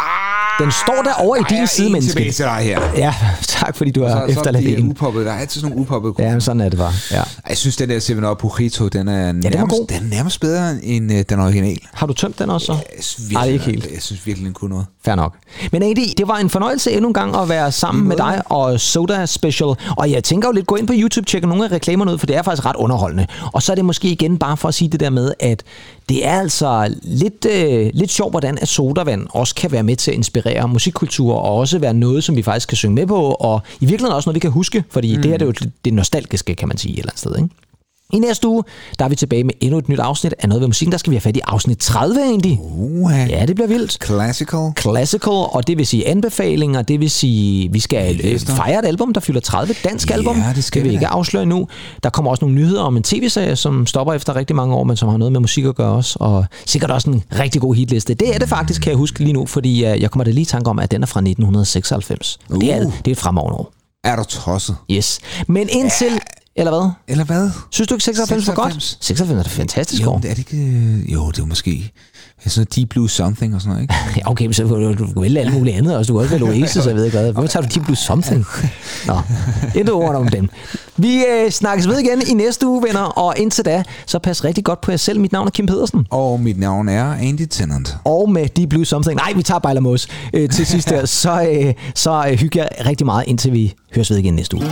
Den står der over i din side, menneske. Tilbage til dig her. Ja, tak fordi du har efterladt en. en. Upoppet. Der er altid sådan nogle upoppede kort. Ja, sådan er det bare. Ja. Jeg synes, den der syv up Burrito, den er, ja, nærmest, den er, god. Den er nærmest bedre end uh, den original. Har du tømt den også så? Ja, Ej, ikke helt. Jeg synes virkelig, den kunne noget. Fair nok. Men Andy, det var en fornøjelse endnu en gang at være sammen med dig og Soda Special. Og jeg tænker jo lidt, gå ind på YouTube, tjekke nogle af reklamerne ud, for det er faktisk ret underholdende. Og så er det måske igen bare for at sige det der med, at det er altså lidt, øh, lidt sjovt, hvordan at sodavand også kan være med til at inspirere musikkultur, og også være noget, som vi faktisk kan synge med på, og i virkeligheden også noget, vi kan huske, fordi mm. det her det er jo det nostalgiske, kan man sige, et eller andet sted, ikke? I næste uge, der er vi tilbage med endnu et nyt afsnit af Noget ved Musikken. Der skal vi have fat i afsnit tredive, egentlig. Uh, ja, det bliver vildt. Classical. Classical, og det vil sige anbefalinger, det vil sige, vi skal fejre et album, der fylder tredive, dansk ja, album. Det skal det vil vi ikke afsløre nu. Der kommer også nogle nyheder om en tv-serie, som stopper efter rigtig mange år, men som har noget med musik at gøre også, og sikkert også en rigtig god hitliste. Det er det faktisk, kan jeg huske lige nu, fordi jeg kommer da lige i tanke om, at den er fra nitten seksoghalvfems. Uh. Det, er, det er et fremragende år. Er du tosset? Yes. Men indtil... Ja. Eller hvad? Eller hvad? Synes du ikke seksoghalvfems var godt? seksoghalvfems er det fantastisk år. Jo, er det ikke... Jo, det er måske... Sådan noget Deep Blue Something og sådan noget, ikke? Ja, okay, men så du, du kan vælge alt muligt andet også. Du kan også vælge Oasis, jeg ved ikke hvad. Hvorfor tager du Deep Blue Something? Nå, intet ord om dem. Vi øh, snakkes ved igen i næste uge, venner. Og indtil da, så pas rigtig godt på jer selv. Mit navn er Kim Pedersen. Og mit navn er Andy Tennant. Og med Deep Blue Something. Nej, vi tager Bailamos øh, til sidst her. Så, øh, så øh, hygger jeg rigtig meget, indtil vi høres ved igen næste uge.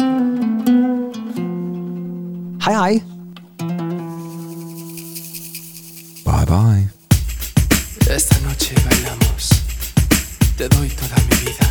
Hej hej. Bye bye. Esta noche bailamos. Te doy toda mi vida.